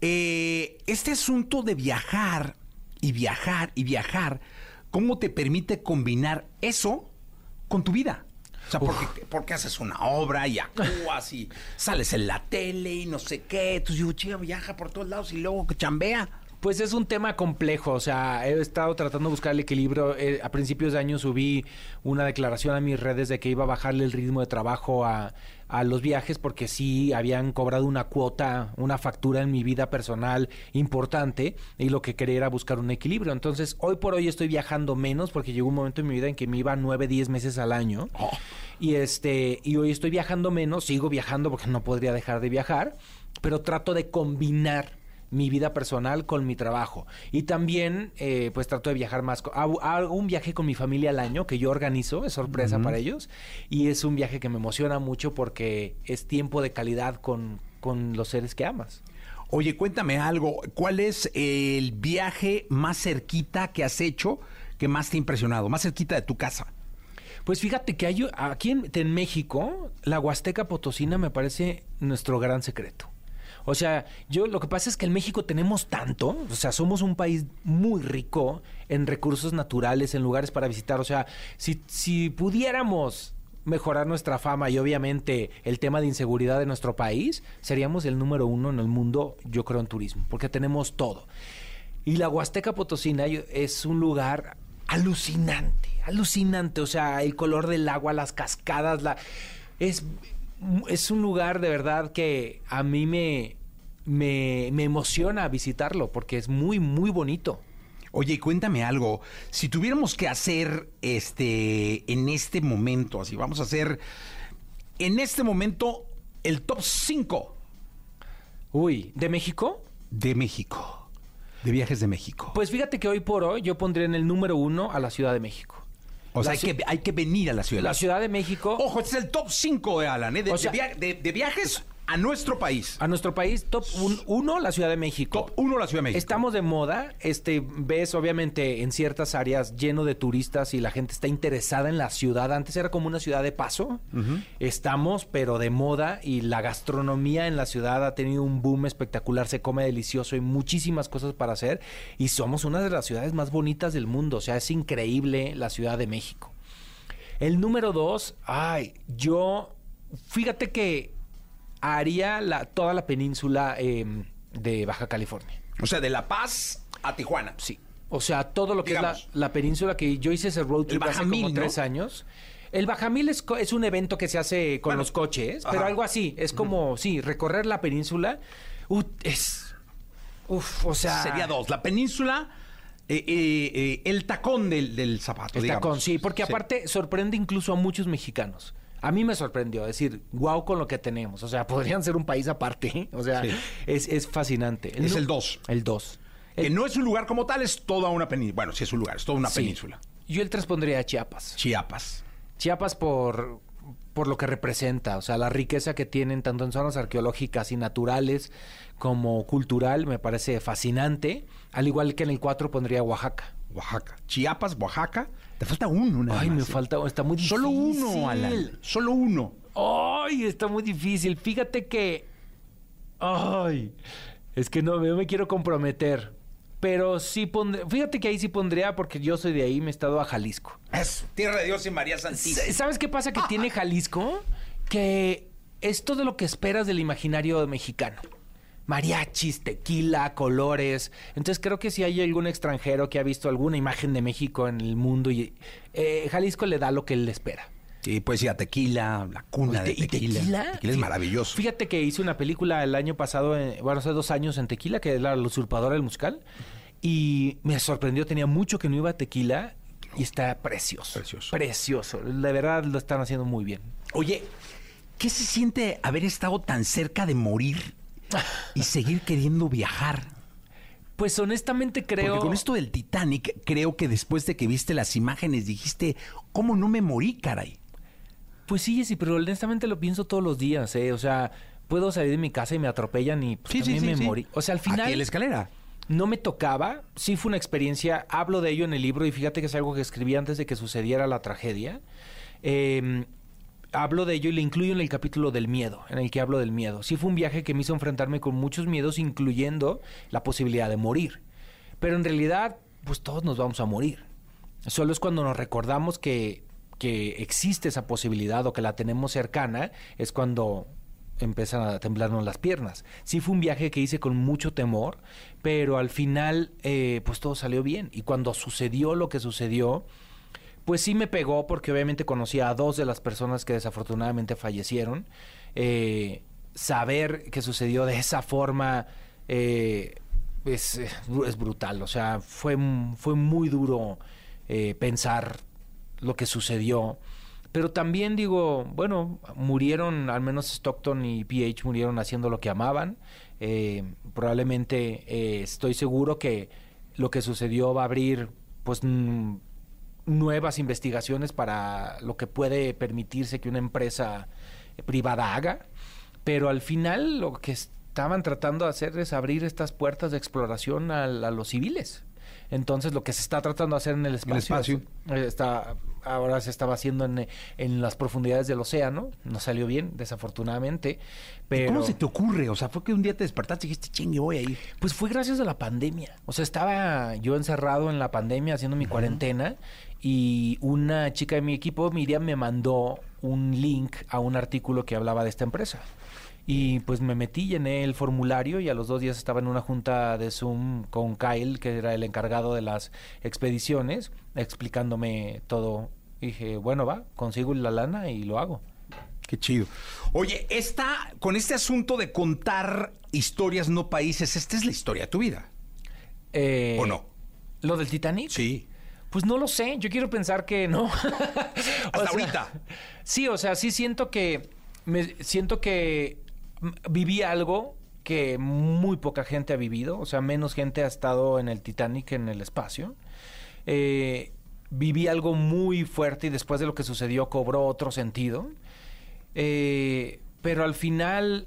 Eh, este asunto de viajar y viajar y viajar, ¿cómo te permite combinar eso con tu vida? O sea, porque, porque haces una obra y actúas y sales en la tele y no sé qué. Entonces digo, chica, viaja por todos lados y luego chambea. Pues es un tema complejo, o sea, he estado tratando de buscar el equilibrio. Eh, a principios de año subí una declaración a mis redes de que iba a bajarle el ritmo de trabajo a, a los viajes porque sí habían cobrado una cuota, una factura en mi vida personal importante y lo que quería era buscar un equilibrio. Entonces, hoy por hoy estoy viajando menos porque llegó un momento en mi vida en que me iba nueve, diez meses al año. Oh. Y, este, y hoy estoy viajando menos, sigo viajando porque no podría dejar de viajar, pero trato de combinar mi vida personal con mi trabajo. Y también, eh, pues trato de viajar más. Hago, hago un viaje con mi familia al año que yo organizo, es sorpresa uh-huh. para ellos. Y es un viaje que me emociona mucho porque es tiempo de calidad con, con los seres que amas. Oye, cuéntame algo. ¿Cuál es el viaje más cerquita que has hecho que más te ha impresionado? Más cerquita de tu casa. Pues fíjate que hay, aquí en, en México, la Huasteca Potosina me parece nuestro gran secreto. O sea, yo lo que pasa es que en México tenemos tanto, o sea, somos un país muy rico en recursos naturales, en lugares para visitar. O sea, si, si pudiéramos mejorar nuestra fama y obviamente el tema de inseguridad de nuestro país, seríamos el número uno en el mundo, yo creo, en turismo, porque tenemos todo. Y la Huasteca Potosina es un lugar alucinante, alucinante. O sea, el color del agua, las cascadas, la es... Es un lugar de verdad que a mí me, me, me emociona visitarlo porque es muy, muy bonito. Oye, cuéntame algo. Si tuviéramos que hacer este en este momento, así vamos a hacer en este momento el top cinco. Uy, ¿de México? De México. De viajes de México. Pues fíjate que hoy por hoy yo pondría en el número uno a la Ciudad de México. O sea, hay que, hay que venir a la Ciudad. La Ciudad de México. Ojo, este es el top cinco de Alan, ¿eh? De, o sea, de, via de, de viajes a nuestro país. A nuestro país, top uno, la Ciudad de México. Top uno, la Ciudad de México. Estamos de moda. Este, ves, obviamente, en ciertas áreas lleno de turistas y la gente está interesada en la ciudad. Antes era como una ciudad de paso. Uh-huh. Estamos, pero de moda. Y la gastronomía en la ciudad ha tenido un boom espectacular. Se come delicioso. Hay muchísimas cosas para hacer. Y somos una de las ciudades más bonitas del mundo. O sea, es increíble la Ciudad de México. El número dos, ay, yo, fíjate que haría la, toda la península eh, de Baja California. O sea, de La Paz a Tijuana. Sí. O sea, todo lo que Digamos. es la, la península, que yo hice ese road trip hace como ¿no? tres años. El Bajamil es, es un evento que se hace con bueno, los coches, ajá. pero algo así. Es como, uh-huh. sí, recorrer la península. Uh, es, uf, o sea... Sería dos. La península... Eh, eh, eh, el tacón del, del zapato, El digamos. tacón, sí, porque sí. aparte sorprende incluso a muchos mexicanos. A mí me sorprendió, decir, wow con lo que tenemos. O sea, podrían ser un país aparte, ¿eh? O sea, sí. es, es fascinante. Es el dos. El dos. Que el... no es un lugar como tal, es toda una península. Bueno, sí es un lugar, es toda una sí. península. Yo el tres pondría a Chiapas. Chiapas. Chiapas por... por lo que representa, o sea, la riqueza que tienen tanto en zonas arqueológicas y naturales como cultural, me parece fascinante, al igual que en el cuatro pondría Oaxaca. Oaxaca. Chiapas, Oaxaca. Te falta uno, nada Ay, más, me ¿eh? falta, está muy difícil. Solo uno, Alan. Solo uno. Ay, está muy difícil. Fíjate que... Ay, es que no, no me quiero comprometer. Pero sí pondría... Fíjate que ahí sí pondría, porque yo soy de ahí, me he estado a Jalisco. Es Tierra de Dios y María Santísima. ¿Sabes qué pasa que tiene Jalisco? Que es todo lo que esperas del imaginario mexicano. Mariachis, tequila, colores. Entonces creo que si hay algún extranjero que ha visto alguna imagen de México en el mundo, y eh, Jalisco le da lo que él espera. Sí, pues sí, a tequila, la cuna de tequila. tequila. Tequila es maravilloso. Fíjate que hice una película el año pasado, eh, bueno, hace dos años en Tequila, que era La Usurpadora del Musical, y me sorprendió, tenía mucho que no iba a Tequila, y está precioso. Precioso. Precioso. De verdad lo están haciendo muy bien. Oye, ¿qué se siente haber estado tan cerca de morir y seguir queriendo viajar? Pues honestamente creo... Porque con esto del Titanic, creo que después de que viste las imágenes dijiste, ¿cómo no me morí, caray? Pues sí, sí, pero honestamente lo pienso todos los días, ¿eh? O sea, puedo salir de mi casa y me atropellan y pues, sí, también sí, me sí, morí. O sea, al final... Aquí en la escalera. No me tocaba, sí fue una experiencia, hablo de ello en el libro y fíjate que es algo que escribí antes de que sucediera la tragedia. Eh, hablo de ello y le incluyo en el capítulo del miedo, en el que hablo del miedo. Sí fue un viaje que me hizo enfrentarme con muchos miedos, incluyendo la posibilidad de morir. Pero en realidad, pues todos nos vamos a morir. Solo es cuando nos recordamos que, que existe esa posibilidad o que la tenemos cercana, es cuando empiezan a temblarnos las piernas. Sí fue un viaje que hice con mucho temor, pero al final eh, pues todo salió bien. Y cuando sucedió lo que sucedió, pues sí me pegó porque obviamente conocí a dos de las personas que desafortunadamente fallecieron. Eh, saber que sucedió de esa forma eh, es, es brutal. O sea, fue, fue muy duro eh, pensar lo que sucedió. Pero también digo, bueno, murieron, al menos Stockton y P H murieron haciendo lo que amaban. Eh, probablemente eh, estoy seguro que lo que sucedió va a abrir pues mm, nuevas investigaciones para lo que puede permitirse que una empresa privada haga. Pero al final lo que estaban tratando de hacer es abrir estas puertas de exploración a, a los civiles. Entonces lo que se está tratando de hacer en el espacio, el espacio. Está, ahora se estaba haciendo en, en las profundidades del océano. No salió bien, desafortunadamente. Pero... ¿Cómo se te ocurre? O sea, fue que un día te despertaste y dijiste, chingue, voy a ir. Pues fue gracias a la pandemia. O sea, estaba yo encerrado en la pandemia haciendo mi uh-huh. cuarentena y una chica de mi equipo, Miriam, me mandó un link a un artículo que hablaba de esta empresa. Y pues me metí, llené el formulario y a los dos días estaba en una junta de Zoom con Kyle, que era el encargado de las expediciones, explicándome todo. Y dije, bueno, va, consigo la lana y lo hago. Qué chido. Oye, esta, con este asunto de contar historias, no países, esta es la historia de tu vida. Eh, ¿O no? ¿Lo del Titanic? Sí. Pues no lo sé, yo quiero pensar que no. Hasta sea, ahorita. Sí, o sea, sí siento que, me siento que viví algo que muy poca gente ha vivido, o sea, menos gente ha estado en el Titanic en el espacio. Eh, viví algo muy fuerte y después de lo que sucedió cobró otro sentido. Eh, pero al final,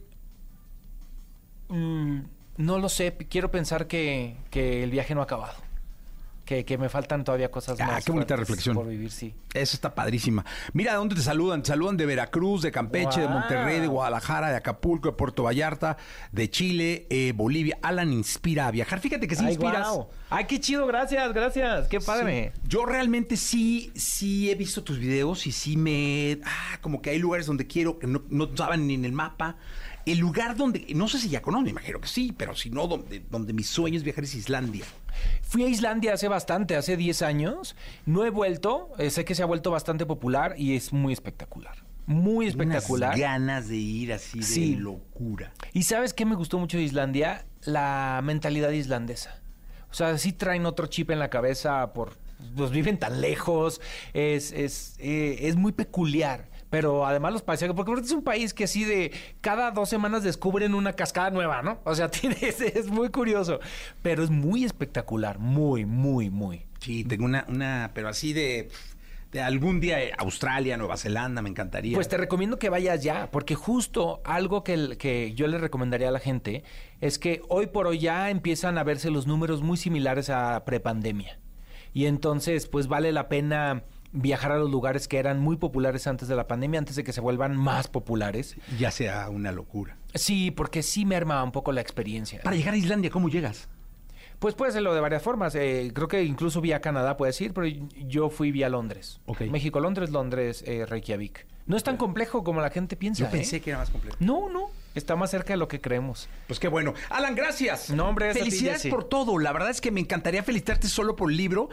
mmm, no lo sé, quiero pensar que, que el viaje no ha acabado. Que, que me faltan todavía cosas ah, más qué bonita reflexión por vivir, sí. Eso está padrísima. Mira, ¿de dónde te saludan? Te saludan de Veracruz, de Campeche, wow. de Monterrey, de Guadalajara, de Acapulco, de Puerto Vallarta, de Chile, eh, Bolivia. Alan inspira a viajar. Fíjate que sí Ay, inspiras. Wow. Ay, qué chido, gracias, gracias. Qué padre. Sí. Yo realmente sí, sí he visto tus videos y sí me... Ah, como que hay lugares donde quiero, que no, no estaban ni en el mapa. El lugar donde, no sé si ya conozco, me imagino que sí, pero si no, donde, donde mi sueño es viajar es Islandia. Fui a Islandia hace bastante, hace diez años. No he vuelto, eh, sé que se ha vuelto bastante popular y es muy espectacular. Muy espectacular. Unas ganas de ir así de sí. locura. ¿Y sabes qué me gustó mucho de Islandia? La mentalidad islandesa. O sea, sí traen otro chip en la cabeza por... Pues viven tan lejos, es, es, eh, es muy peculiar. Pero además los paisajes, porque es un país que así de cada dos semanas descubren una cascada nueva, ¿no? O sea, tiene, es, es muy curioso, pero es muy espectacular, muy, muy, muy. Sí, tengo una, una pero así de, de algún día Australia, Nueva Zelanda, me encantaría. Pues te recomiendo que vayas ya, porque justo algo que, que yo le recomendaría a la gente es que hoy por hoy ya empiezan a verse los números muy similares a prepandemia. Y entonces, pues vale la pena viajar a los lugares que eran muy populares antes de la pandemia, antes de que se vuelvan más populares. Ya sea una locura. Sí, porque sí merma un poco la experiencia. Para llegar a Islandia, ¿cómo llegas? Pues puede serlo de varias formas. Eh, creo que incluso vía Canadá puedes ir, pero yo fui vía Londres. Okay. México, Londres, Londres, eh, Reykjavik. No es tan complejo como la gente piensa. Yo pensé ¿eh? que era más complejo. No, no. Está más cerca de lo que creemos. Pues qué bueno. Alan, gracias. No, hombre, felicidades por todo. La verdad es que me encantaría felicitarte solo por el libro,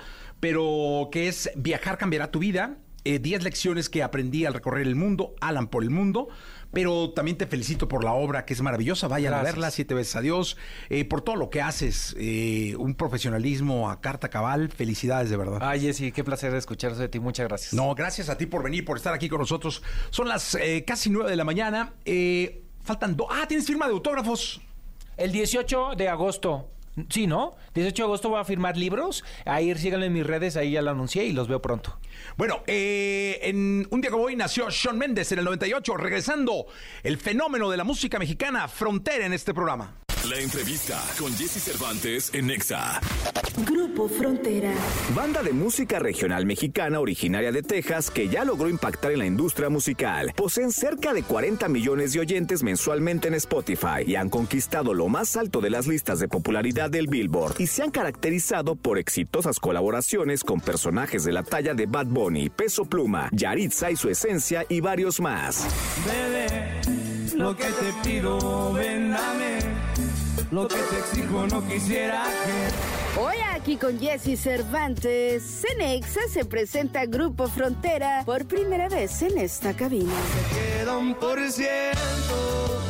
pero que es Viajar cambiará tu vida. Eh, diez lecciones que aprendí al recorrer el mundo. Alan por el mundo. Pero también te felicito por la obra, que es maravillosa. Vayan Gracias. a verla, siete veces a Dios. Eh, por todo lo que haces. Eh, un profesionalismo a carta cabal. Felicidades, de verdad. Ay, Jessy, qué placer escuchar eso de ti. Muchas gracias. No, gracias a ti por venir, por estar aquí con nosotros. Son las eh, casi nueve de la mañana. Eh, faltan dos. Ah, ¿tienes firma de autógrafos? El dieciocho de agosto. Sí, ¿no? dieciocho de agosto voy a firmar libros. Ahí síganme en mis redes, ahí ya lo anuncié y los veo pronto. Bueno, eh, en un día como hoy nació Shawn Mendes en el noventa y ocho, regresando el fenómeno de la música mexicana, Frontera, en este programa. La entrevista con Jessy Cervantes en Nexa. Grupo Frontera. Banda de música regional mexicana originaria de Texas que ya logró impactar en la industria musical. Poseen cerca de cuarenta millones de oyentes mensualmente en Spotify y han conquistado lo más alto de las listas de popularidad del Billboard y se han caracterizado por exitosas colaboraciones con personajes de la talla de Bad Bunny, Peso Pluma, Yaritza y Su Esencia y varios más. Bebé, Lo que te pido, ven, dame. Lo que te exijo, no quisiera que... Hoy aquí con Jesse Cervantes, en Exa se presenta Grupo Frontera por primera vez en esta cabina. Se queda un por ciento.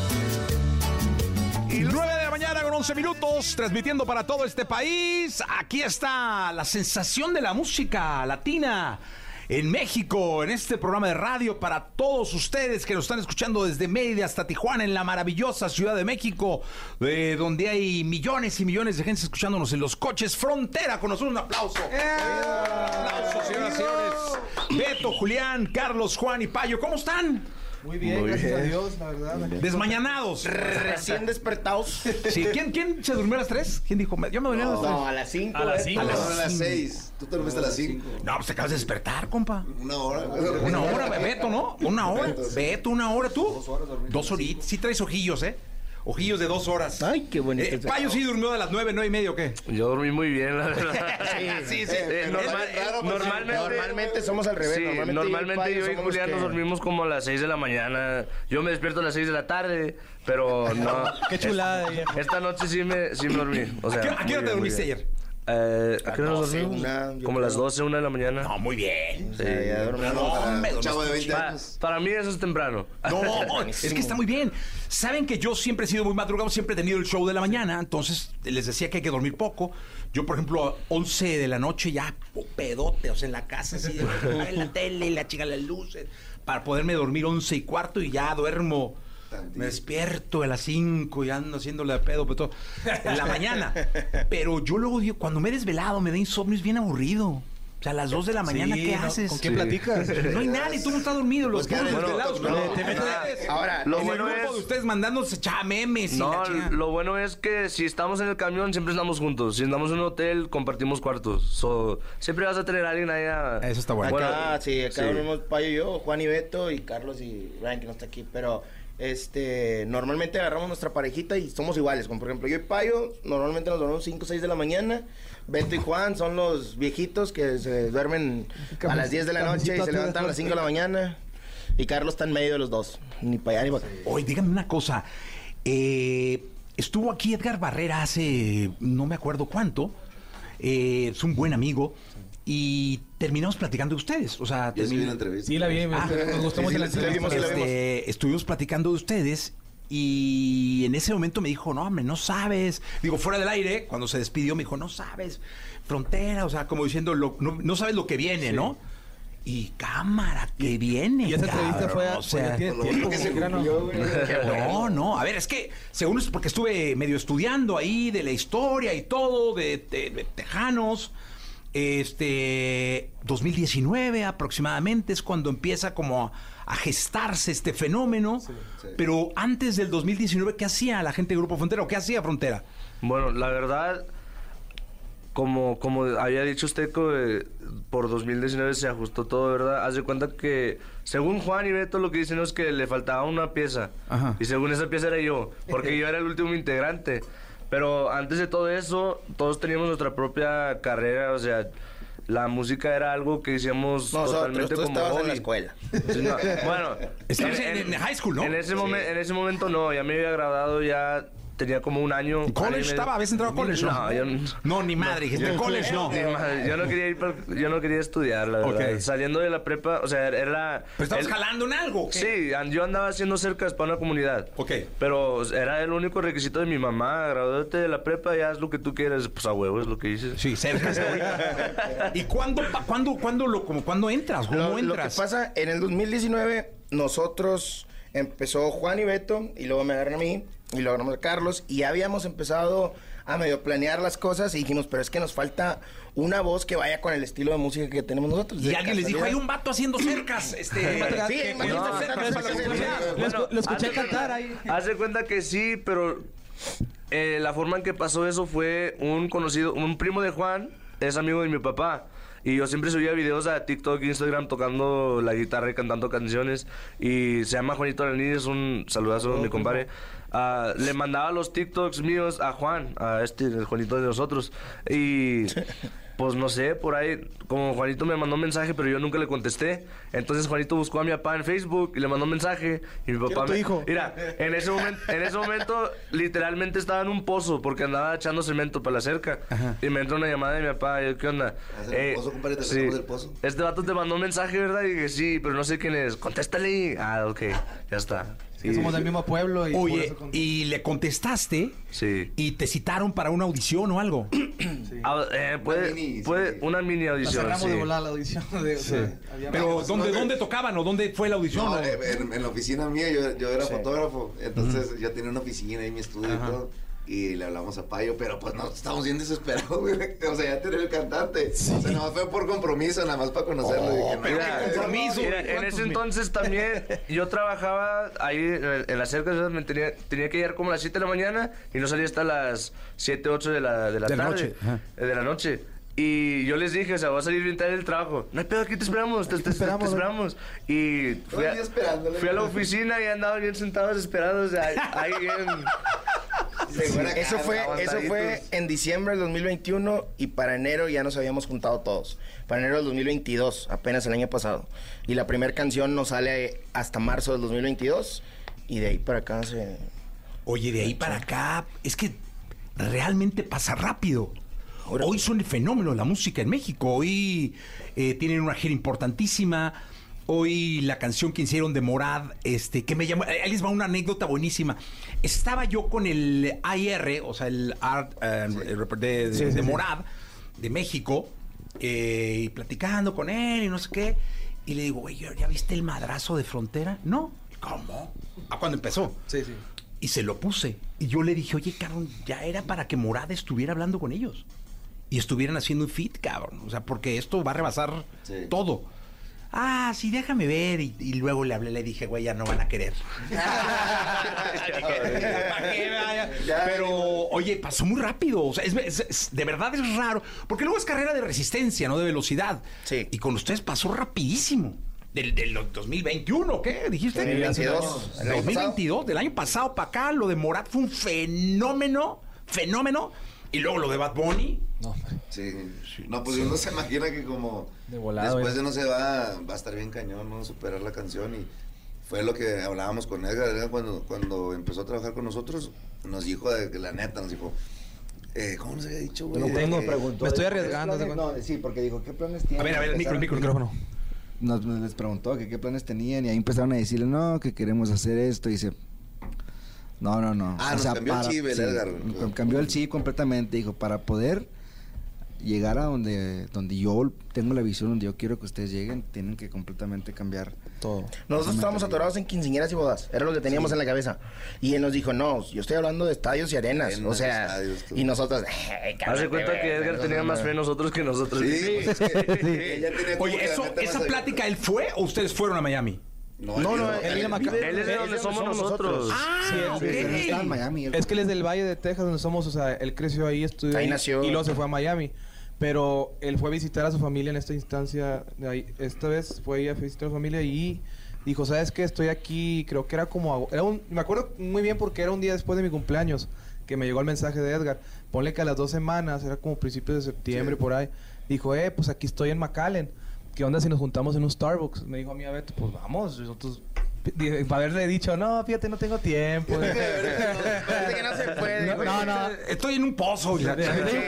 nueve de la mañana con once minutos, transmitiendo para todo este país. Aquí está la sensación de la música latina en México, en este programa de radio para todos ustedes que nos están escuchando desde Mérida hasta Tijuana, en la maravillosa Ciudad de México, eh, donde hay millones y millones de gente escuchándonos en los coches. Frontera, con nosotros un aplauso. ¡Eh! Un aplauso, señoras y señores. Beto, Julián, Carlos, Juan y Payo, ¿cómo están? Muy bien, Muy gracias bien. a Dios, la verdad. Desmañanados. Recién despertados. Sí, ¿quién, ¿quién se durmió a las tres? ¿Quién dijo? Yo me dormí no, a las tres. No, a las cinco. A las cinco. A las seis. ¿Tú te dormiste a las cinco? No, pues te acabas de despertar, compa. Una hora. Una hora, Beto, ¿no? Una hora. Beto, sí. Beto, una hora, ¿tú? Dos horas dormí. Dos horitas. Sí traes ojillos, ¿eh? Ojillos de dos horas. Ay, qué bonito. Eh, ¿Payo sí durmió a las nueve, nueve y media o qué? Yo dormí muy bien, la verdad. sí, sí. sí. Eh, normal, es raro, pues, normalmente, normalmente somos al revés. Sí, normalmente, normalmente yo y Julián que... nos dormimos como a las seis de la mañana. Yo me despierto a las seis de la tarde, pero no. Qué chulada, viejo. Esta noche sí me, sí me dormí. O sea, ¿A qué, a qué hora te dormiste ayer? Eh, ¿A qué hora nos dormimos? Una, como a las doce, una de la mañana. No, muy bien. Sí. Ya, ya dormí. No, me chavo de veinte para, años. para mí eso es temprano. No, es que está muy bien. Saben que yo siempre he sido muy madrugado, siempre he tenido el show de la mañana, entonces les decía que hay que dormir poco. Yo, por ejemplo, a once de la noche ya pedote, o sea, en la casa, así, en la tele, la chica, las luces, para poderme dormir once y cuarto y ya duermo. Me despierto a las cinco y ando haciéndole de pedo, pero todo, en la mañana. Pero yo luego digo, cuando me he desvelado, me da insomnio, es bien aburrido. O sea, a las dos de la mañana, sí, ¿qué no, haces? ¿Con quién sí. platicas? No hay nadie, tú no estás dormido, los pues puros bueno, desvelados. no, No, no, te metes no, ahora, lo en bueno el grupo es... de ustedes mandándose chamemes. No, y la chica. lo bueno es que si estamos en el camión siempre estamos juntos. Si andamos en un hotel compartimos cuartos. So, siempre vas a tener a alguien ahí a... Eso está bueno. Acá, bueno, sí, acá sí. dormimos Payo y yo, Juan y Beto y Carlos y Ryan, que no está aquí, pero este normalmente agarramos nuestra parejita y somos iguales, como por ejemplo yo y Payo normalmente nos dormimos cinco o seis de la mañana. Beto y Juan son los viejitos que se duermen a las diez de la noche y se levantan a las cinco de la mañana. Y Carlos está en medio de los dos, ni para allá ni para acá. Oye, dígame una cosa. Eh, estuvo aquí Edgar Barrera hace no me acuerdo cuánto. Eh, es un buen amigo. Y terminamos platicando de ustedes. O sea, Yo sí vi termin- la entrevista. Sí, la vi. Me, Ah, nos gustó sí, mucho sí, la sí, la vimos, sí, la vimos. Este, estuvimos platicando de ustedes y en ese momento me dijo, no, hombre, no sabes. Digo, fuera del aire, cuando se despidió, me dijo, no sabes, Frontera, o sea, como diciendo, lo- no, no sabes lo que viene, ¿no? Y cámara, que viene. Y esa entrevista cabrón, fue a... o sea, tiene Lo tiempo, bueno que se como quiera, ¿no? cumplió, güey. no, no, a ver, es que según es porque estuve medio estudiando ahí de la historia y todo, de, de- de tejanos. Este, dos mil diecinueve aproximadamente es cuando empieza como a, a gestarse este fenómeno. sí. Pero antes del dos mil diecinueve, ¿qué hacía la gente de Grupo Frontera o qué hacía Frontera? Bueno, la verdad, como, como había dicho usted, que por dos mil diecinueve se ajustó todo, ¿verdad? Haz de cuenta que, según Juan y Beto, lo que dicen es que le faltaba una pieza. Ajá. Y según esa pieza era yo, porque yo era el último integrante. Pero antes de todo eso, todos teníamos nuestra propia carrera, o sea, la música era algo que hacíamos Nosotros, totalmente tú como estabas hobby. en la escuela. Sí, no, bueno, Estabas en- en high school, ¿no? En ese, Sí. momen- en ese momento no, ya me había graduado, ya tenía como un año. ¿En college año y medio. estaba? ¿Habías entrado a college? No, yo no. No, ni madre, dijiste, college no. Ni madre, yo no quería ir, pa- yo no quería estudiar, la verdad. Ok. Saliendo de la prepa, o sea, era... ¿Pero estabas el- jalando en algo? ¿o qué? Sí, an- yo andaba haciendo cercas para una comunidad. Ok. Pero era el único requisito de mi mamá, graduate de la prepa y haz lo que tú quieras. Pues a huevo es lo que dices. Sí, cerca. ¿Y cuándo, pa- cuándo, cuándo, lo, como, cuándo entras? ¿Cómo Lo, lo que entras? pasa, en el dos mil diecinueve, nosotros empezó Juan y Beto, y luego me agarran a mí, y luego agarramos a Carlos, y ya habíamos empezado a medio planear las cosas, y dijimos, pero es que nos falta una voz que vaya con el estilo de música que tenemos nosotros. Y De alguien les dijo, hay casualidad. un vato haciendo cercas. Este, Sí, que- imagínate haciendo hacer cercas para la cercas, comunidad. sí. Lo, escu- lo escuché haz de cantar cuenta- ahí. Haz de cuenta que sí, pero eh, la forma en que pasó eso fue un conocido, un primo de Juan, es amigo de mi papá. Y yo siempre subía videos a TikTok, Instagram, tocando la guitarra y cantando canciones. Y se llama Juanito Araní, es un saludazo, mi compadre. Ah, le mandaba los TikToks míos a Juan, a este, el Juanito de nosotros. Y pues no sé, por ahí, como Juanito me mandó un mensaje, pero yo nunca le contesté. Entonces Juanito buscó a mi papá en Facebook y le mandó un mensaje. Y mi papá tu me... hijo? Mira, en ese, momento, en ese momento, literalmente estaba en un pozo porque andaba echando cemento para la cerca. Ajá. Y me entró una llamada de mi papá. Y yo, ¿qué onda? Eh, pozo, compadre, te sí, del pozo. Este vato te mandó un mensaje, ¿verdad? Y dije, sí, pero no sé quién es. Contéstale. Ah, ok, ya está. Sí, somos del mismo pueblo. Y Oye, ¿y le contestaste? Sí. ¿Y te citaron para una audición o algo? Sí. Ah, eh, puede, una mini, puede, sí. una mini audición. La cerramos sí. de volar la audición. De, sí. o sea, Pero, ¿dónde, ¿dónde tocaban o dónde fue la audición? No, ¿o? En, en la oficina mía, yo, yo era sí. fotógrafo. Entonces, uh-huh. yo tenía una oficina y mi estudio Ajá. y todo. Y le hablamos a Payo, pero pues no, estamos bien desesperados, güey. O sea, ya tenía el cantante. Sí. O sea, nada más fue por compromiso, nada más para conocerlo. Oh, dije, no, mira, compromiso. Mira, en ese entonces también yo trabajaba ahí en la cerca, me tenía, tenía que llegar como a las siete de la mañana y no salía hasta las siete, ocho de la, de la de tarde. La noche. Ajá. De la noche. Y yo les dije, o sea, voy a salir bien tarde del trabajo. No hay pedo, aquí te esperamos, te, te, te esperamos. Te esperamos. Y fui a, fui a la oficina y andaban bien sentados esperados, ahí, ahí bien... Sí, eso fue, eso fue en diciembre del dos mil veintiuno y para enero ya nos habíamos juntado todos. Para enero del dos mil veintidós, apenas el año pasado. Y la primera canción nos sale hasta marzo del dos mil veintidós y de ahí para acá se... Oye, de ahí para acá, es que realmente pasa rápido. Hoy son el fenómeno de la música en México. Hoy eh, tienen una gira importantísima. Hoy la canción que hicieron de Morad, este, que me llamó, ahí les va una anécdota buenísima. Estaba yo con el A I R, o sea, el Art uh, sí. de, de, sí, sí, de Morad, sí. de México, eh, y platicando con él y no sé qué. Y le digo, güey, ¿ya viste el madrazo de Frontera? No. ¿Cómo? ¿A cuándo empezó? Sí, sí. Y se lo puse. Y yo le dije, oye, cabrón, ya era para que Morad estuviera hablando con ellos. Y estuvieran haciendo un feat, cabrón. O sea, porque esto va a rebasar sí. todo. Ah, sí, déjame ver. Y, y luego le hablé, le dije, güey, ya no van a querer. Pero, oye, pasó muy rápido. O sea, es, es, es, de verdad es raro. Porque luego es carrera de resistencia, no de velocidad. Sí. Y con ustedes pasó rapidísimo. Del, del dos mil veintiuno, ¿qué? ¿Dijiste? dos mil veintidós. dos mil veintidós, del año pasado para acá, lo de Morat fue un fenómeno, fenómeno. Y luego lo de Bad Bunny. No, sí. No, pues sí. Uno se imagina que como de volado, después eh. de no se va, va a estar bien cañón, ¿no? Superar la canción. Y fue lo que hablábamos con Edgar, Edgar cuando, cuando empezó a trabajar con nosotros, nos dijo, de, la neta, nos dijo, eh, ¿cómo nos había dicho, güey? No tengo, preguntó. Me estoy arriesgando. Planes, no, sí, porque dijo, ¿qué planes tienen? A ver, a ver, el micro, el micro, el micrófono. Nos, nos les preguntó que qué planes tenían y ahí empezaron a decirle, no, que queremos hacer esto. Y dice, no, no, no. Ah, o nos sea, cambió para, el chip, el sí, Edgar. Cambió el chip completamente. Dijo, para poder llegar a donde, donde yo tengo la visión, donde yo quiero que ustedes lleguen, tienen que completamente cambiar todo. Nosotros estábamos atorados en quinceañeras y bodas. Era lo que teníamos sí. en la cabeza. Y él nos dijo, no, yo estoy hablando de estadios y arenas. arenas o sea, estadios, y nosotros... Hace cuenta que Edgar nosotros, tenía más fe en nosotros que nosotros. Sí, sí. Pues es que, sí. Ella tenía Oye, eso, ¿esa plática él fue o ustedes fueron a Miami? No, no, no, él, él, él, él es de donde somos nosotros. Ah, sí, él, okay. él está en Miami. Es que él es del Valle de Texas, donde somos, o sea, él creció ahí, estudió ahí, ahí nació. Y luego se fue a Miami. Pero él fue a visitar a su familia en esta instancia, de ahí, esta vez fue a visitar a su familia y dijo, ¿sabes qué? Estoy aquí, creo que era como... Era un, me acuerdo muy bien porque era un día después de mi cumpleaños que me llegó el mensaje de Edgar. Ponle que a las dos semanas, era como principios de septiembre, sí. por ahí. Dijo, eh, pues aquí estoy en McAllen. ¿Qué onda si nos juntamos en un Starbucks? Me dijo a mí, a Beto, pues vamos. Nosotros... Para haberle dicho, no, fíjate, no tengo tiempo. no, que no se puede. No, no, no. Estoy en un pozo. No,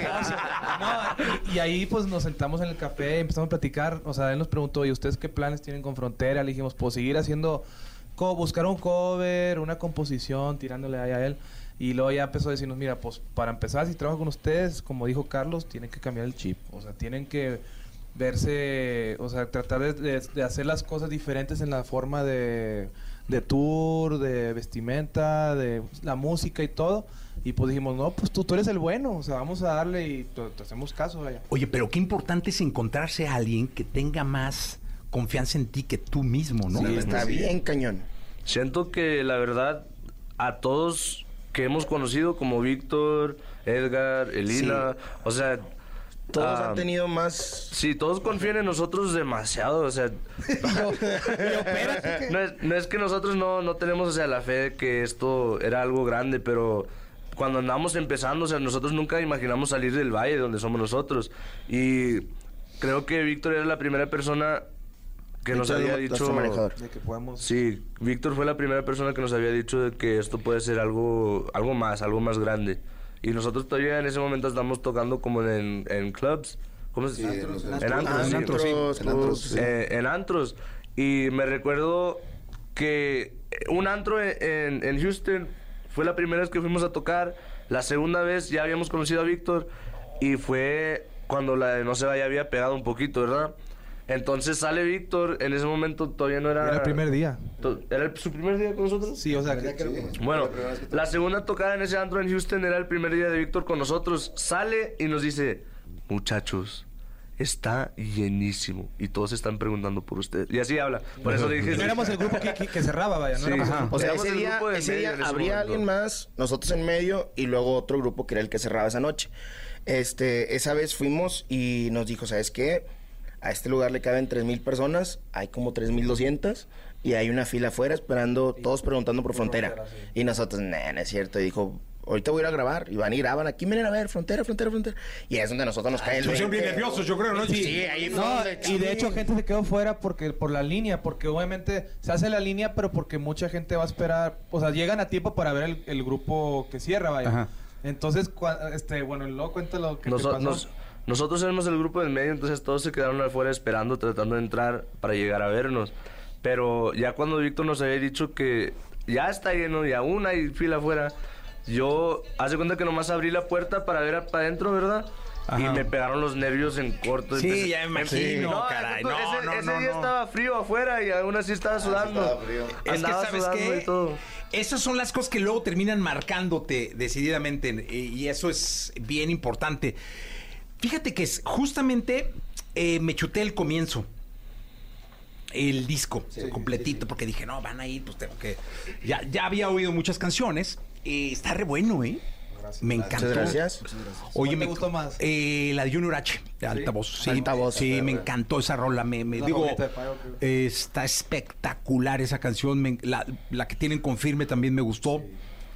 y, y ahí pues nos sentamos en el café y empezamos a platicar. O sea, él nos preguntó, ¿y ustedes qué planes tienen con Frontera? Le dijimos, pues seguir haciendo, co buscar un cover, una composición, tirándole ahí a él. Y luego ya empezó a decirnos, mira, pues para empezar, si trabajo con ustedes, como dijo Carlos, tienen que cambiar el chip. O sea, tienen que verse, o sea, tratar de, de, de hacer las cosas diferentes en la forma de, de tour, de vestimenta, de la música y todo. Y pues dijimos, no, pues tú, tú eres el bueno, o sea, vamos a darle y te, te hacemos caso. Vaya. Oye, pero qué importante es encontrarse a alguien que tenga más confianza en ti que tú mismo, ¿no? Sí, está bien cañón. Siento que la verdad, a todos que hemos conocido, como Víctor, Edgar, Elina, sí. o sea... Todos um, han tenido más... Sí, todos confían en nosotros demasiado, o sea... yo, yo, no, es, no es que nosotros no, no tenemos, o sea, la fe de que esto era algo grande, pero cuando andábamos empezando, o sea, nosotros nunca imaginamos salir del valle donde somos nosotros. Y creo que Víctor era la primera persona que nos había dicho... De que podemos... Sí, Víctor fue la primera persona que nos había dicho de que esto puede ser algo, algo más, algo más grande. Y nosotros todavía en ese momento estamos tocando como en, en clubs. ¿Cómo se dice? En antros. En antros, sí. En antros, sí. Eh, en antros. Y me recuerdo que un antro en, en Houston fue la primera vez que fuimos a tocar. La segunda vez ya habíamos conocido a Víctor y fue cuando la de No se vaya había pegado un poquito, ¿verdad? Entonces sale Víctor, en ese momento todavía no era... Era el primer día. ¿Era el, su primer día con nosotros? Sí, o sea... Que, sí. Bueno, la segunda tocada en ese antro en Houston era el primer día de Víctor con nosotros. Sale y nos dice, muchachos, está llenísimo y todos están preguntando por ustedes. Y así habla. Por eso le dije... No éramos el grupo que, que, que cerraba, vaya. No sí. éramos, o sea, ese día, ese día ese habría momento. Alguien más, nosotros en medio y luego otro grupo que era el que cerraba esa noche. Este, esa vez fuimos y nos dijo, ¿sabes qué? A este lugar le caben tres mil personas, hay como tres mil doscientas y hay una fila afuera esperando, todos preguntando por Frontera. frontera sí. Y nosotros, nah, no es cierto. Y dijo, ahorita voy a ir a grabar. Y van y graban, aquí miren a ver, Frontera, Frontera, Frontera. Y es donde nosotros nos caen. Son bien nerviosos, yo creo, ¿no? Sí, sí ahí no, y de hecho gente se quedó fuera porque por la línea, porque obviamente se hace la línea, pero porque mucha gente va a esperar, o sea, llegan a tiempo para ver el, el grupo que cierra, vaya. Ajá. Entonces, este, bueno, luego cuéntalo que nos, te pasó. Nos, nosotros éramos el grupo del medio, entonces todos se quedaron afuera esperando, tratando de entrar para llegar a vernos. Pero ya cuando Víctor nos había dicho que ya está lleno y aún hay fila afuera, yo, hace cuenta que nomás abrí la puerta para ver para adentro, ¿verdad? Ajá. Y me pegaron los nervios en corto. Sí, entonces, ya me imagino, no, caray. No, ese, no, ese no, día no. estaba frío afuera y aún así estaba sudando. Ah, estaba frío. Es Andaba que, ¿sabes sudando qué? y todo. Esas son las cosas que luego terminan marcándote decididamente y eso es bien importante. Fíjate que es, justamente eh, me chuté el comienzo, el disco sí, completito, sí, sí. Porque dije, no, van a ir, pues tengo que... Ya, ya había oído muchas canciones, eh, está re bueno, ¿eh? Gracias. Me encantó. Muchas gracias. Oye, ¿Cuál me te gustó más? Eh, la de Junior H, de Altavoz. Sí, Altavoz. Sí, sí me encantó esa rola. Me, me digo, eh, está espectacular esa canción. Me, la, la que tienen con Firme también me gustó. Sí.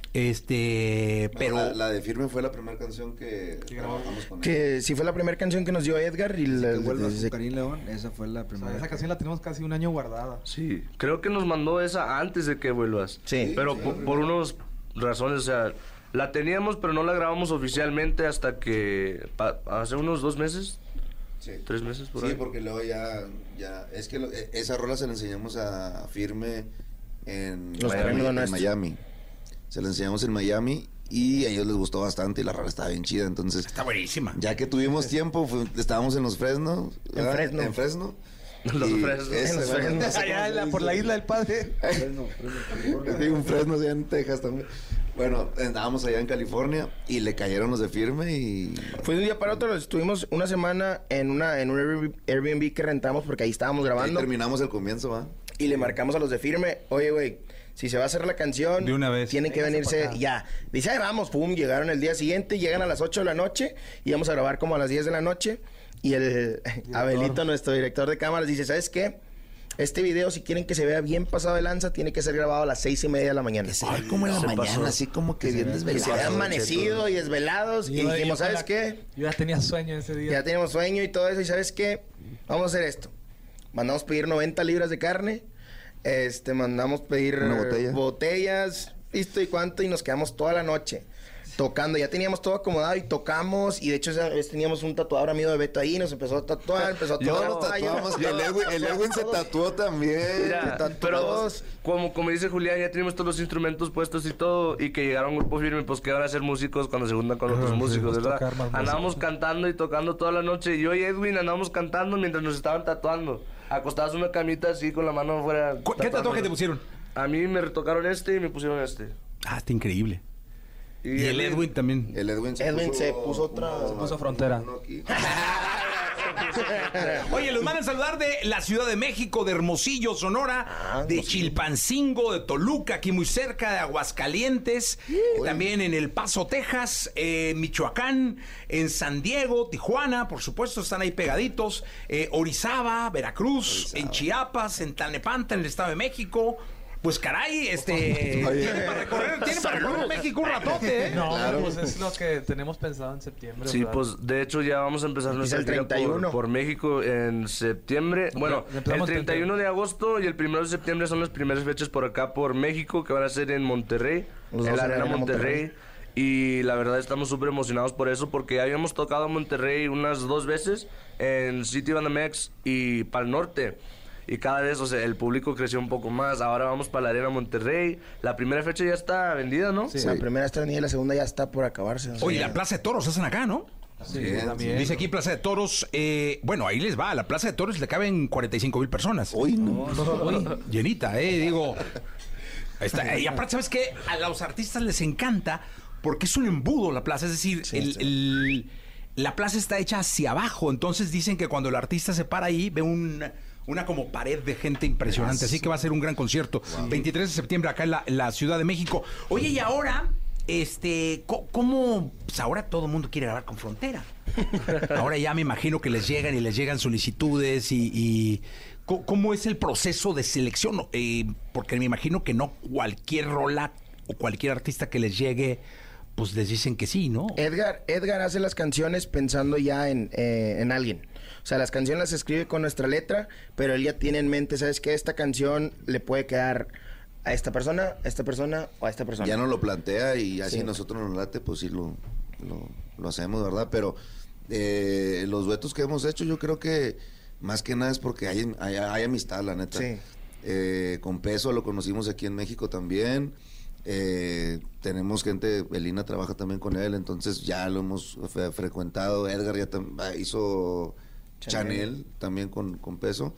Este, no, pero... La, la de Firme fue la primera canción que trabajamos con él. Que sí fue la primera canción que nos dio Edgar y sí, la... Que vuelvas con Karim León, esa fue la primera. O sea, esa canción la tenemos casi un año guardada. Sí, creo que nos mandó esa antes de que vuelvas. Sí. Pero sí, por, por unas razones, o sea... La teníamos, pero no la grabamos oficialmente hasta que... Pa, hace unos dos meses. Sí. Tres meses por sí, ahí. Sí, porque luego ya... ya es que lo, esa rola se la enseñamos a Firme en Miami, en Miami. Se la enseñamos en Miami y a ellos les gustó bastante y la rola estaba bien chida. Entonces... Está buenísima. Ya que tuvimos tiempo, fue, estábamos en los Fresno. En Fresno. En Fresno. Los Fresnos. En los Fresnos. Allá la, por la isla del padre. Fresno, Fresno. Sí, un Fresno allá en Texas también. Bueno, andábamos allá en California y le cayeron los de Firme y... Fue de un día para otro, estuvimos una semana en una en un Airbnb que rentamos porque ahí estábamos grabando. Ahí terminamos el comienzo, ¿va? Y le marcamos a los de Firme, oye, güey, si se va a hacer la canción... De una vez. Tienen que venirse ya. Dice, ahí vamos, pum, llegaron el día siguiente, llegan a las ocho de la noche y vamos a grabar como a las diez de la noche. Y el director. Abelito, nuestro director de cámaras, dice, ¿sabes qué? Este video, si quieren que se vea bien pasado de lanza, tiene que ser grabado a las seis y media de la mañana. Ay, como en la mañana, pasó. Así como que, que bien desvelados. Que se vean amanecido y desvelados. Y, y dijimos, ¿sabes la... qué? Yo ya tenía sueño ese día. Ya teníamos sueño y todo eso. ¿Y sabes qué? Vamos a hacer esto. Mandamos pedir noventa libras de carne. Este, mandamos pedir Una botella. botellas, listo y cuánto. Y nos quedamos toda la noche tocando, ya teníamos todo acomodado y tocamos, y de hecho esa vez teníamos un tatuador amigo de Beto ahí, nos empezó a tatuar, empezó a tatuar. Yo tatuamos, y el Edwin, el Edwin se tatuó también. Mira, pero como, como dice Julián, ya teníamos todos los instrumentos puestos y todo, y que llegaron un grupo Firme, pues que van a ser músicos cuando se juntan con otros uh, músicos, sí, ¿verdad? Andábamos música. cantando y tocando toda la noche, y yo y Edwin andábamos cantando mientras nos estaban tatuando, acostados en una camita así con la mano afuera. ¿Qué tatuaje te pusieron? A mí me retocaron este y me pusieron este. Ah, está increíble. Y, y el Edwin, Edwin también. El Edwin se, Edwin puso, se puso otra. Se puso Frontera. Oye, los mandan a saludar de la Ciudad de México, de Hermosillo, Sonora, ah, de Chilpancingo, de Toluca, aquí muy cerca, de Aguascalientes, uh, también en El Paso, Texas, eh, Michoacán, en San Diego, Tijuana, por supuesto, están ahí pegaditos, eh, Orizaba, Veracruz, Orizaba. En Chiapas, en Tlalnepantla, en el Estado de México. Pues caray, este... tiene para recorrer, tiene para recorrer México un ratote, ¿eh? No, Claro. pues es lo que tenemos pensado en septiembre. Sí, ¿verdad? pues de hecho ya vamos a empezar nuestra el gira treinta y uno. por, por México en septiembre. Bueno, el empezamos treinta y uno de agosto y el primero de septiembre son las primeras fechas por acá por México, que van a ser en Monterrey, Los en dos la en Arena Arena Monterrey. Monterrey. Y la verdad estamos súper emocionados por eso, porque ya habíamos tocado en Monterrey unas dos veces, en City Banamex y Pal Norte. Y cada vez, o sea, el público creció un poco más. Ahora vamos para la Arena Monterrey. La primera fecha ya está vendida, ¿no? Sí. La primera está vendida y la segunda ya está por acabarse. Oye, la Plaza de Toros hacen acá, ¿no? Sí, también. Dice aquí Plaza de Toros, eh, bueno, ahí les va, a la Plaza de Toros le caben cuarenta y cinco mil personas. Uy, no. Uy, llenita, eh, digo. Ahí está. Y aparte, ¿sabes qué? A los artistas les encanta porque es un embudo la plaza, es decir, Sí, el, sí. el- la plaza está hecha hacia abajo, entonces dicen que cuando el artista se para ahí ve un... Una como pared de gente impresionante. Así que va a ser un gran concierto. veintitrés de septiembre acá en la, en la Ciudad de México. Oye, y ahora, este, co- ¿cómo? Pues ahora todo el mundo quiere grabar con Frontera. Ahora ya me imagino que les llegan y les llegan solicitudes y... y co- ¿cómo es el proceso de selección? Eh, porque me imagino que no cualquier rola o cualquier artista que les llegue, pues les dicen que sí, ¿no? Edgar, Edgar hace las canciones pensando ya en, eh, en alguien. O sea, las canciones las escribe con nuestra letra, pero él ya tiene en mente, ¿sabes qué? Esta canción le puede quedar a esta persona, a esta persona o a esta persona. Ya no lo plantea y así Sí. nosotros nos late, pues sí lo, lo, lo hacemos, ¿verdad? Pero eh, los duetos que hemos hecho, yo creo que más que nada es porque hay, hay, hay amistad, la neta. Sí. Eh, con Peso lo conocimos aquí en México también. Eh, tenemos gente, Belina trabaja también con él, entonces ya lo hemos fre- frecuentado. Edgar ya tam- ah, hizo Chanel. Chanel, también con, con Peso.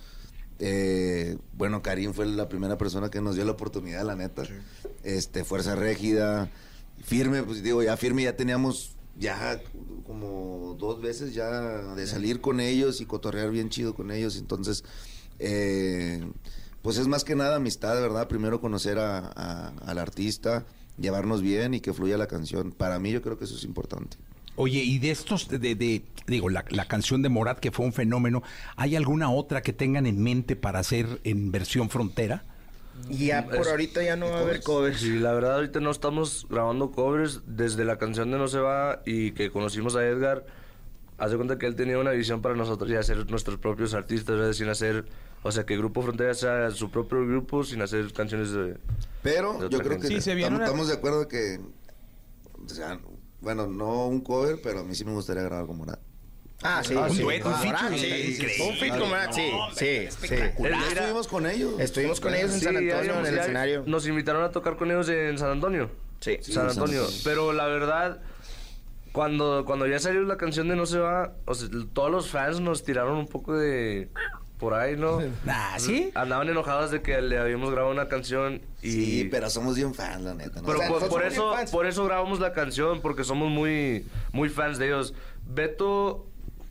Eh, bueno, Karim fue la primera persona que nos dio la oportunidad, la neta. Este, Fuerza Régida, Firme, pues digo, ya Firme ya teníamos ya como dos veces ya de salir con ellos y cotorrear bien chido con ellos, entonces eh, pues es más que nada amistad, ¿verdad? Primero conocer a, a- al artista, llevarnos bien y que fluya la canción. Para mí yo creo que eso es importante. Oye, y de estos, de, de- de- digo, la, la canción de Morat, que fue un fenómeno, ¿hay alguna otra que tengan en mente para hacer en versión Frontera? Y ya por Es- ahorita ya no va a haber covers. Sí, la verdad ahorita no estamos grabando covers desde la canción de No se va y que conocimos a Edgar. Hace cuenta que él tenía una visión para nosotros y hacer nuestros propios artistas, ¿verdad? Sin hacer, o sea, que Grupo Frontera sea su propio grupo sin hacer canciones de... Pero de otra yo creo gente. que Sí, se viene estamos, una- estamos de acuerdo que, o sea, bueno, no un cover, pero a mí sí me gustaría grabar con Morat. Ah, sí. Un sí. dueto, un Ah, featuring. sí, Increíble. sí. Un feat con Morat, sí, sí, sí. Ya Mira, estuvimos con ellos. Estuvimos con ellos en Sí, San ya Antonio, en habíamos- el ya escenario. Nos invitaron a tocar con ellos en San Antonio. Sí. Sí, San en San Antonio. Antonio. Pero la verdad, cuando, cuando ya salió la canción de No se va, o sea, todos los fans nos tiraron un poco de... Por ahí, ¿no? Ah, ¿sí? Andaban enojados de que le habíamos grabado una canción y... Sí, pero somos bien fans, la neta. ¿no? Pero O sea, por, nosotros por somos eso, bien fans. por eso grabamos la canción, porque somos muy, muy fans de ellos. Beto,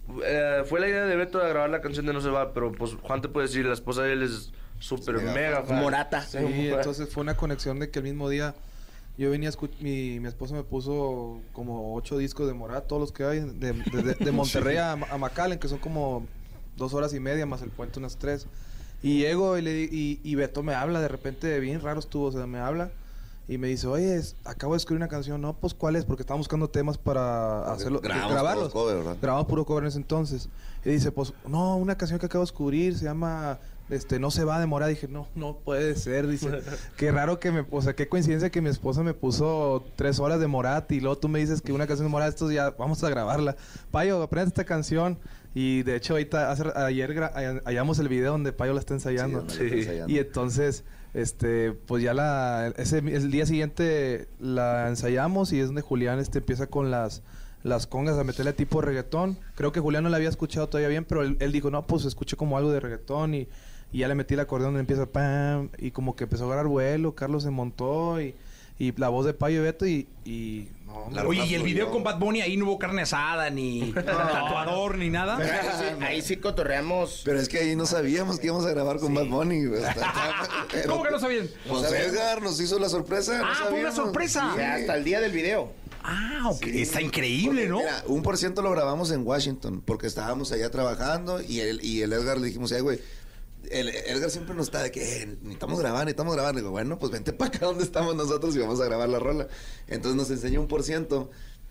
eh, fue la idea de Beto de grabar la canción de No se va, pero pues Juan te puede decir, la esposa de él es súper Mega mega fan. Morata. Sí, entonces fue una conexión de que el mismo día yo venía a escu- mi, mi esposa me puso como ocho discos de Morat, todos los que hay, de, de- de- de Monterrey a, a McAllen, que son como dos horas y media, más el puente unas tres. Y llego y, le, di- y, y Beto me habla, de repente bien raro estuvo, o sea, me habla y me dice, oye, es- acabo de escribir una canción. No, pues, ¿cuál es? Porque estábamos buscando temas para hacerlo, grabamos grabarlos. puro cover, ¿verdad? Grabamos puro cover en ese entonces. Y dice, pues, no, una canción que acabo de descubrir, se llama... Este, No se va de Morat. Dije, no, no puede ser. Dice, qué raro que me... O sea, qué coincidencia que mi esposa me puso tres horas de Morat y luego tú me dices que una canción de Morat, estos ya vamos a grabarla. Payo, aprende esta canción. Y de hecho, ahorita, hace- ayer gra- hall- hallamos el video donde Payo la está ensayando. Sí, donde la está ensayando. Y entonces, este, pues ya la... Ese, el día siguiente la ensayamos y es donde Julián este, empieza con las... las congas a meterle tipo reggaetón. Creo que Julián no la había escuchado todavía bien, pero él, él dijo, no, pues escuché como algo de reggaetón y, y ya le metí el acordeón donde empieza pam y como que empezó a agarrar vuelo, Carlos se montó y, y la voz de Payo y Beto y... y no, La Oye, rola y el video fluyó. con Bad Bunny, ahí no hubo carne asada, ni tatuador, ni nada. Ahí sí, ahí sí cotorreamos. Pero es que ahí no sabíamos que íbamos a grabar con Bad Bunny. güey. ¿Cómo que no sabían? Pues Edgar nos hizo la sorpresa. no Ah, fue una sabíamos. sorpresa. Sí, hasta el día del video. Ah, ok. Está increíble, ¿no? Mira, un por ciento lo grabamos en Washington porque estábamos allá trabajando y el, y el Edgar le dijimos, ay, güey, el, Edgar siempre nos está de que eh, necesitamos grabar, necesitamos grabar. Le digo, bueno, pues vente para acá donde estamos nosotros y vamos a grabar la rola. Entonces nos enseñó un por ciento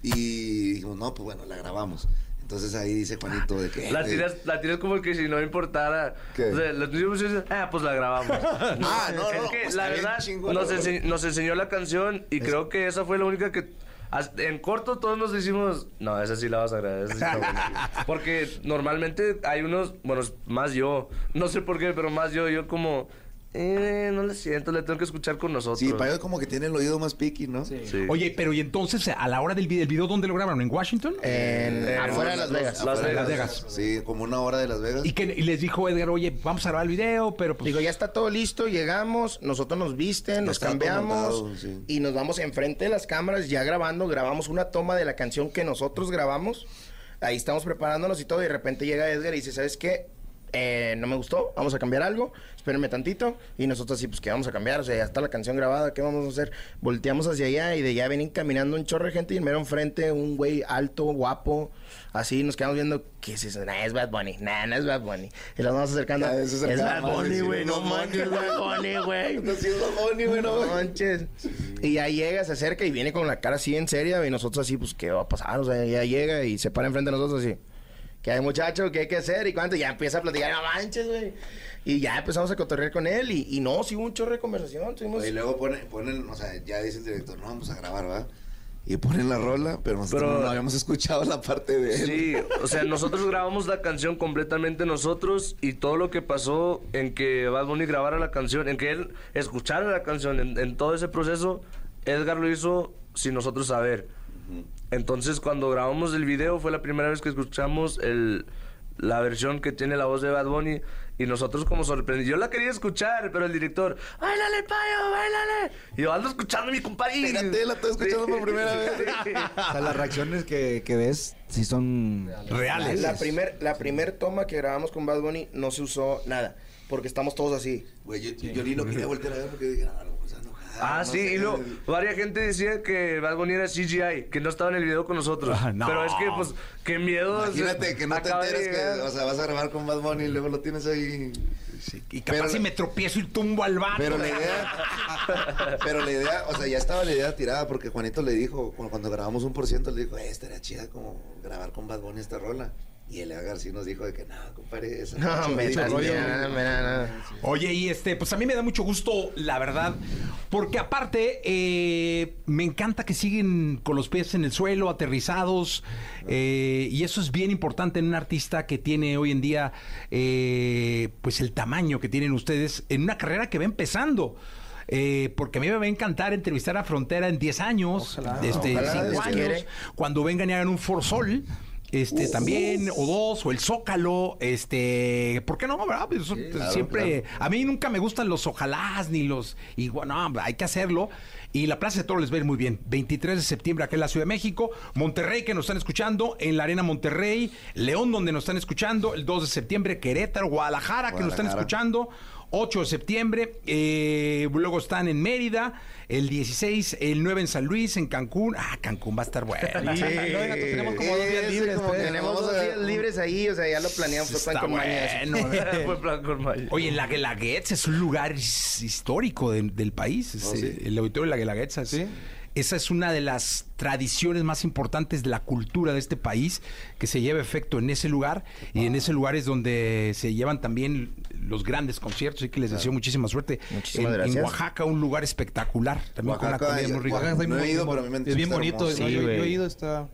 y dijimos, no, pues bueno, la grabamos. Entonces ahí dice Juanito de que... La tiras, la tiras como que si no importara. ¿Qué? O sea, la tuya, ah, pues la grabamos. Ah, no, es no, que pues la está verdad bien chingón, nos, ¿no? ense nos enseñó la canción y es... creo que esa fue la única que... En corto todos nos decimos, no, esa sí la vas a grabar, esa sí está buena. Porque normalmente hay unos, bueno, más yo, no sé por qué, pero más yo, yo como... Eh, no le siento, le tengo que escuchar con nosotros. Sí, Payo como que tiene el oído más piqui, ¿no? Sí. Sí. Oye, pero y entonces, a la hora del video, ¿el video dónde lo grabaron? ¿En Washington? En, en afuera de Las Vegas. Las Vegas. Las Vegas. Sí, como una hora de Las Vegas. Y que y les dijo Edgar, oye, vamos a grabar el video, pero pues... Digo, ya está todo listo, llegamos, nosotros nos visten, nos cambiamos montado, sí. y nos vamos enfrente de las cámaras ya grabando, grabamos una toma de la canción que nosotros grabamos, ahí estamos preparándonos y todo, y de repente llega Edgar y dice, ¿sabes qué? Eh, no me gustó, vamos a cambiar algo, espérenme tantito. Y nosotros así, pues, ¿qué vamos a cambiar? O sea, ya está la canción grabada, ¿qué vamos a hacer? Volteamos hacia allá y de allá vienen caminando un chorro de gente y mero enfrente un güey alto, guapo. Así nos quedamos viendo, ¿qué es eso? Nah, es Bad Bunny, nah, no es Bad Bunny. Y nos vamos acercando, ya, es Bad Bunny, güey, no manches, es Bad Bunny, güey. No, sí es Bad Bunny, güey, no manches. Y ya llega, se acerca y viene con la cara así en serio y nosotros así, pues, ¿qué va a pasar? O sea, ya llega y se para enfrente de nosotros así. ¿Qué hay, muchacho? ¿Qué hay que hacer? ¿Y cuánto? Ya empieza a platicar, no manches, güey. Y ya empezamos a cotorrear con él. Y, y no, sí hubo un chorro de conversación. Tuvimos... Y luego ponen, ponen, o sea, ya dice el director, no, vamos a grabar, ¿verdad? Y ponen la rola, pero nosotros pero, no habíamos escuchado la parte de él. Sí, o sea, nosotros grabamos la canción completamente nosotros. Y todo lo que pasó en que Bad Bunny grabara la canción, en que él escuchara la canción, en, en todo ese proceso, Edgar lo hizo sin nosotros saber. Uh-huh. Entonces, cuando grabamos el video, fue la primera vez que escuchamos el, la versión que tiene la voz de Bad Bunny. Y nosotros como sorprendidos. Yo la quería escuchar, pero el director, ¡báilale, Payo, báilale! Y yo ando escuchando a mi compadre. Espérate, la estoy escuchando sí. por primera vez. O sea, las reacciones que, que ves sí son reales. La primer, la primer toma que grabamos con Bad Bunny no se usó nada. Porque estamos todos así. Güey, yo, sí. yo ni lo quería voltear a ver porque dije, no, no, Ah, no sí, sé. Y luego, varias gente decía que Bad Bunny era C G I, que no estaba en el video con nosotros. Ah, no. Pero es que, pues, qué miedo. Imagínate que no te enteres que, o sea, vas a grabar con Bad Bunny y luego lo tienes ahí. Sí, y capaz pero, si me tropiezo y tumbo al vato. Pero la idea, pero la idea, o sea, ya estaba la idea tirada porque Juanito le dijo, cuando grabamos un por ciento, le dijo, eh, estaría chida como grabar con Bad Bunny esta rola. Y el Edgar sí nos dijo de que no, compadre, esa no, me dijo, rollo. No, no, no. Oye, y este, pues a mí me da mucho gusto, la verdad, porque aparte eh, me encanta que siguen con los pies en el suelo, aterrizados, eh, y eso es bien importante en un artista que tiene hoy en día, eh, pues el tamaño que tienen ustedes en una carrera que va empezando. Eh, porque a mí me va a encantar entrevistar a Frontera en diez años, ojalá, este, ojalá, cinco años, quiere. Cuando vengan y hagan un For Sol. Este, uh, también, o dos, o el Zócalo, este, ¿por qué no, verdad? Pues, sí, claro, siempre, claro. A mí nunca me gustan los ojalás, ni los, y bueno, hay que hacerlo, y la Plaza de Toros les va a ir muy bien, veintitrés de septiembre acá en la Ciudad de México, Monterrey, que nos están escuchando, en la Arena Monterrey, León, donde nos están escuchando, el dos de septiembre, Querétaro, Guadalajara, Guadalajara. que nos están escuchando, ocho de septiembre, eh, luego están en Mérida, el dieciséis, el nueve en San Luis, en Cancún. Ah, Cancún va a estar bueno. Sí, sí. No, tenemos como dos días libres. Pues. Tenemos dos días libres ahí, o sea, ya lo planeamos. Fue plan con bueno. Fue plan con maña. Oye, la Guelaguetza es un lugar histórico de, del país. Oh, sí. El auditorio de la Guelaguetza. ¿Sí? Esa es una de las tradiciones más importantes de la cultura de este país, que se lleva efecto en ese lugar, wow. Y en ese lugar es donde se llevan también los grandes conciertos, y que les deseo claro. muchísima suerte. Muchísimas en, gracias. En Oaxaca, un lugar espectacular, también Oaxaca, con una comida muy rica. Oaxaca, no he ido, pero me es bien bonito. Sí, yo, yo he ido, está...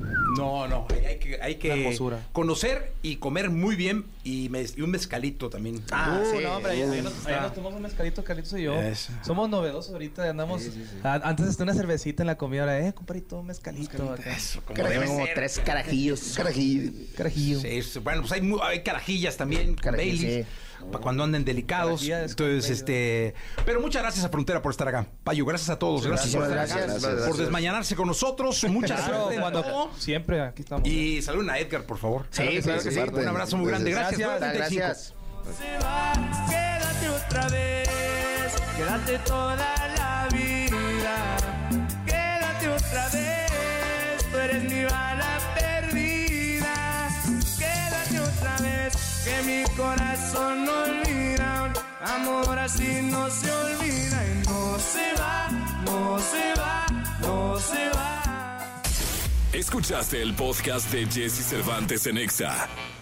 No, no, hay que, hay que conocer y comer muy bien, y, mez, y un mezcalito también. Ah, uh, sí. No, hombre, allá, allá, nos, allá nos tomamos un mezcalito, Carlitos y yo. Eso. Somos novedosos ahorita, andamos... Sí, sí, sí. A, antes está una cervecita en la comida, ahora, eh, compadrito, un mezcalito. mezcalito. Eso, como debe como ser. Tres carajillos. Carajillo. Carajillo. Sí, bueno, pues hay, hay carajillas también, con Baileys. Sí. Para cuando anden delicados. Entonces, este... Pero muchas gracias a Frontera por estar acá. Payo, gracias a todos. Gracias, gracias, gracias, gracias, por gracias. desmañanarse con nosotros. Muchas gracias. Cuando... Siempre, aquí estamos. Y saluden a Edgar, por favor. Sí, claro, claro que sí. Un abrazo muy grande. Gracias. Gracias. Gracias. Se va, quédate otra vez. Quédate toda la vida. Quédate otra vez. Tú eres mi bala perdida. Quédate otra vez. Que mi corazón no olvida. Amor así no se olvida y no se va, no se va, no se va. Escuchaste el podcast de Jesse Cervantes en Nexa.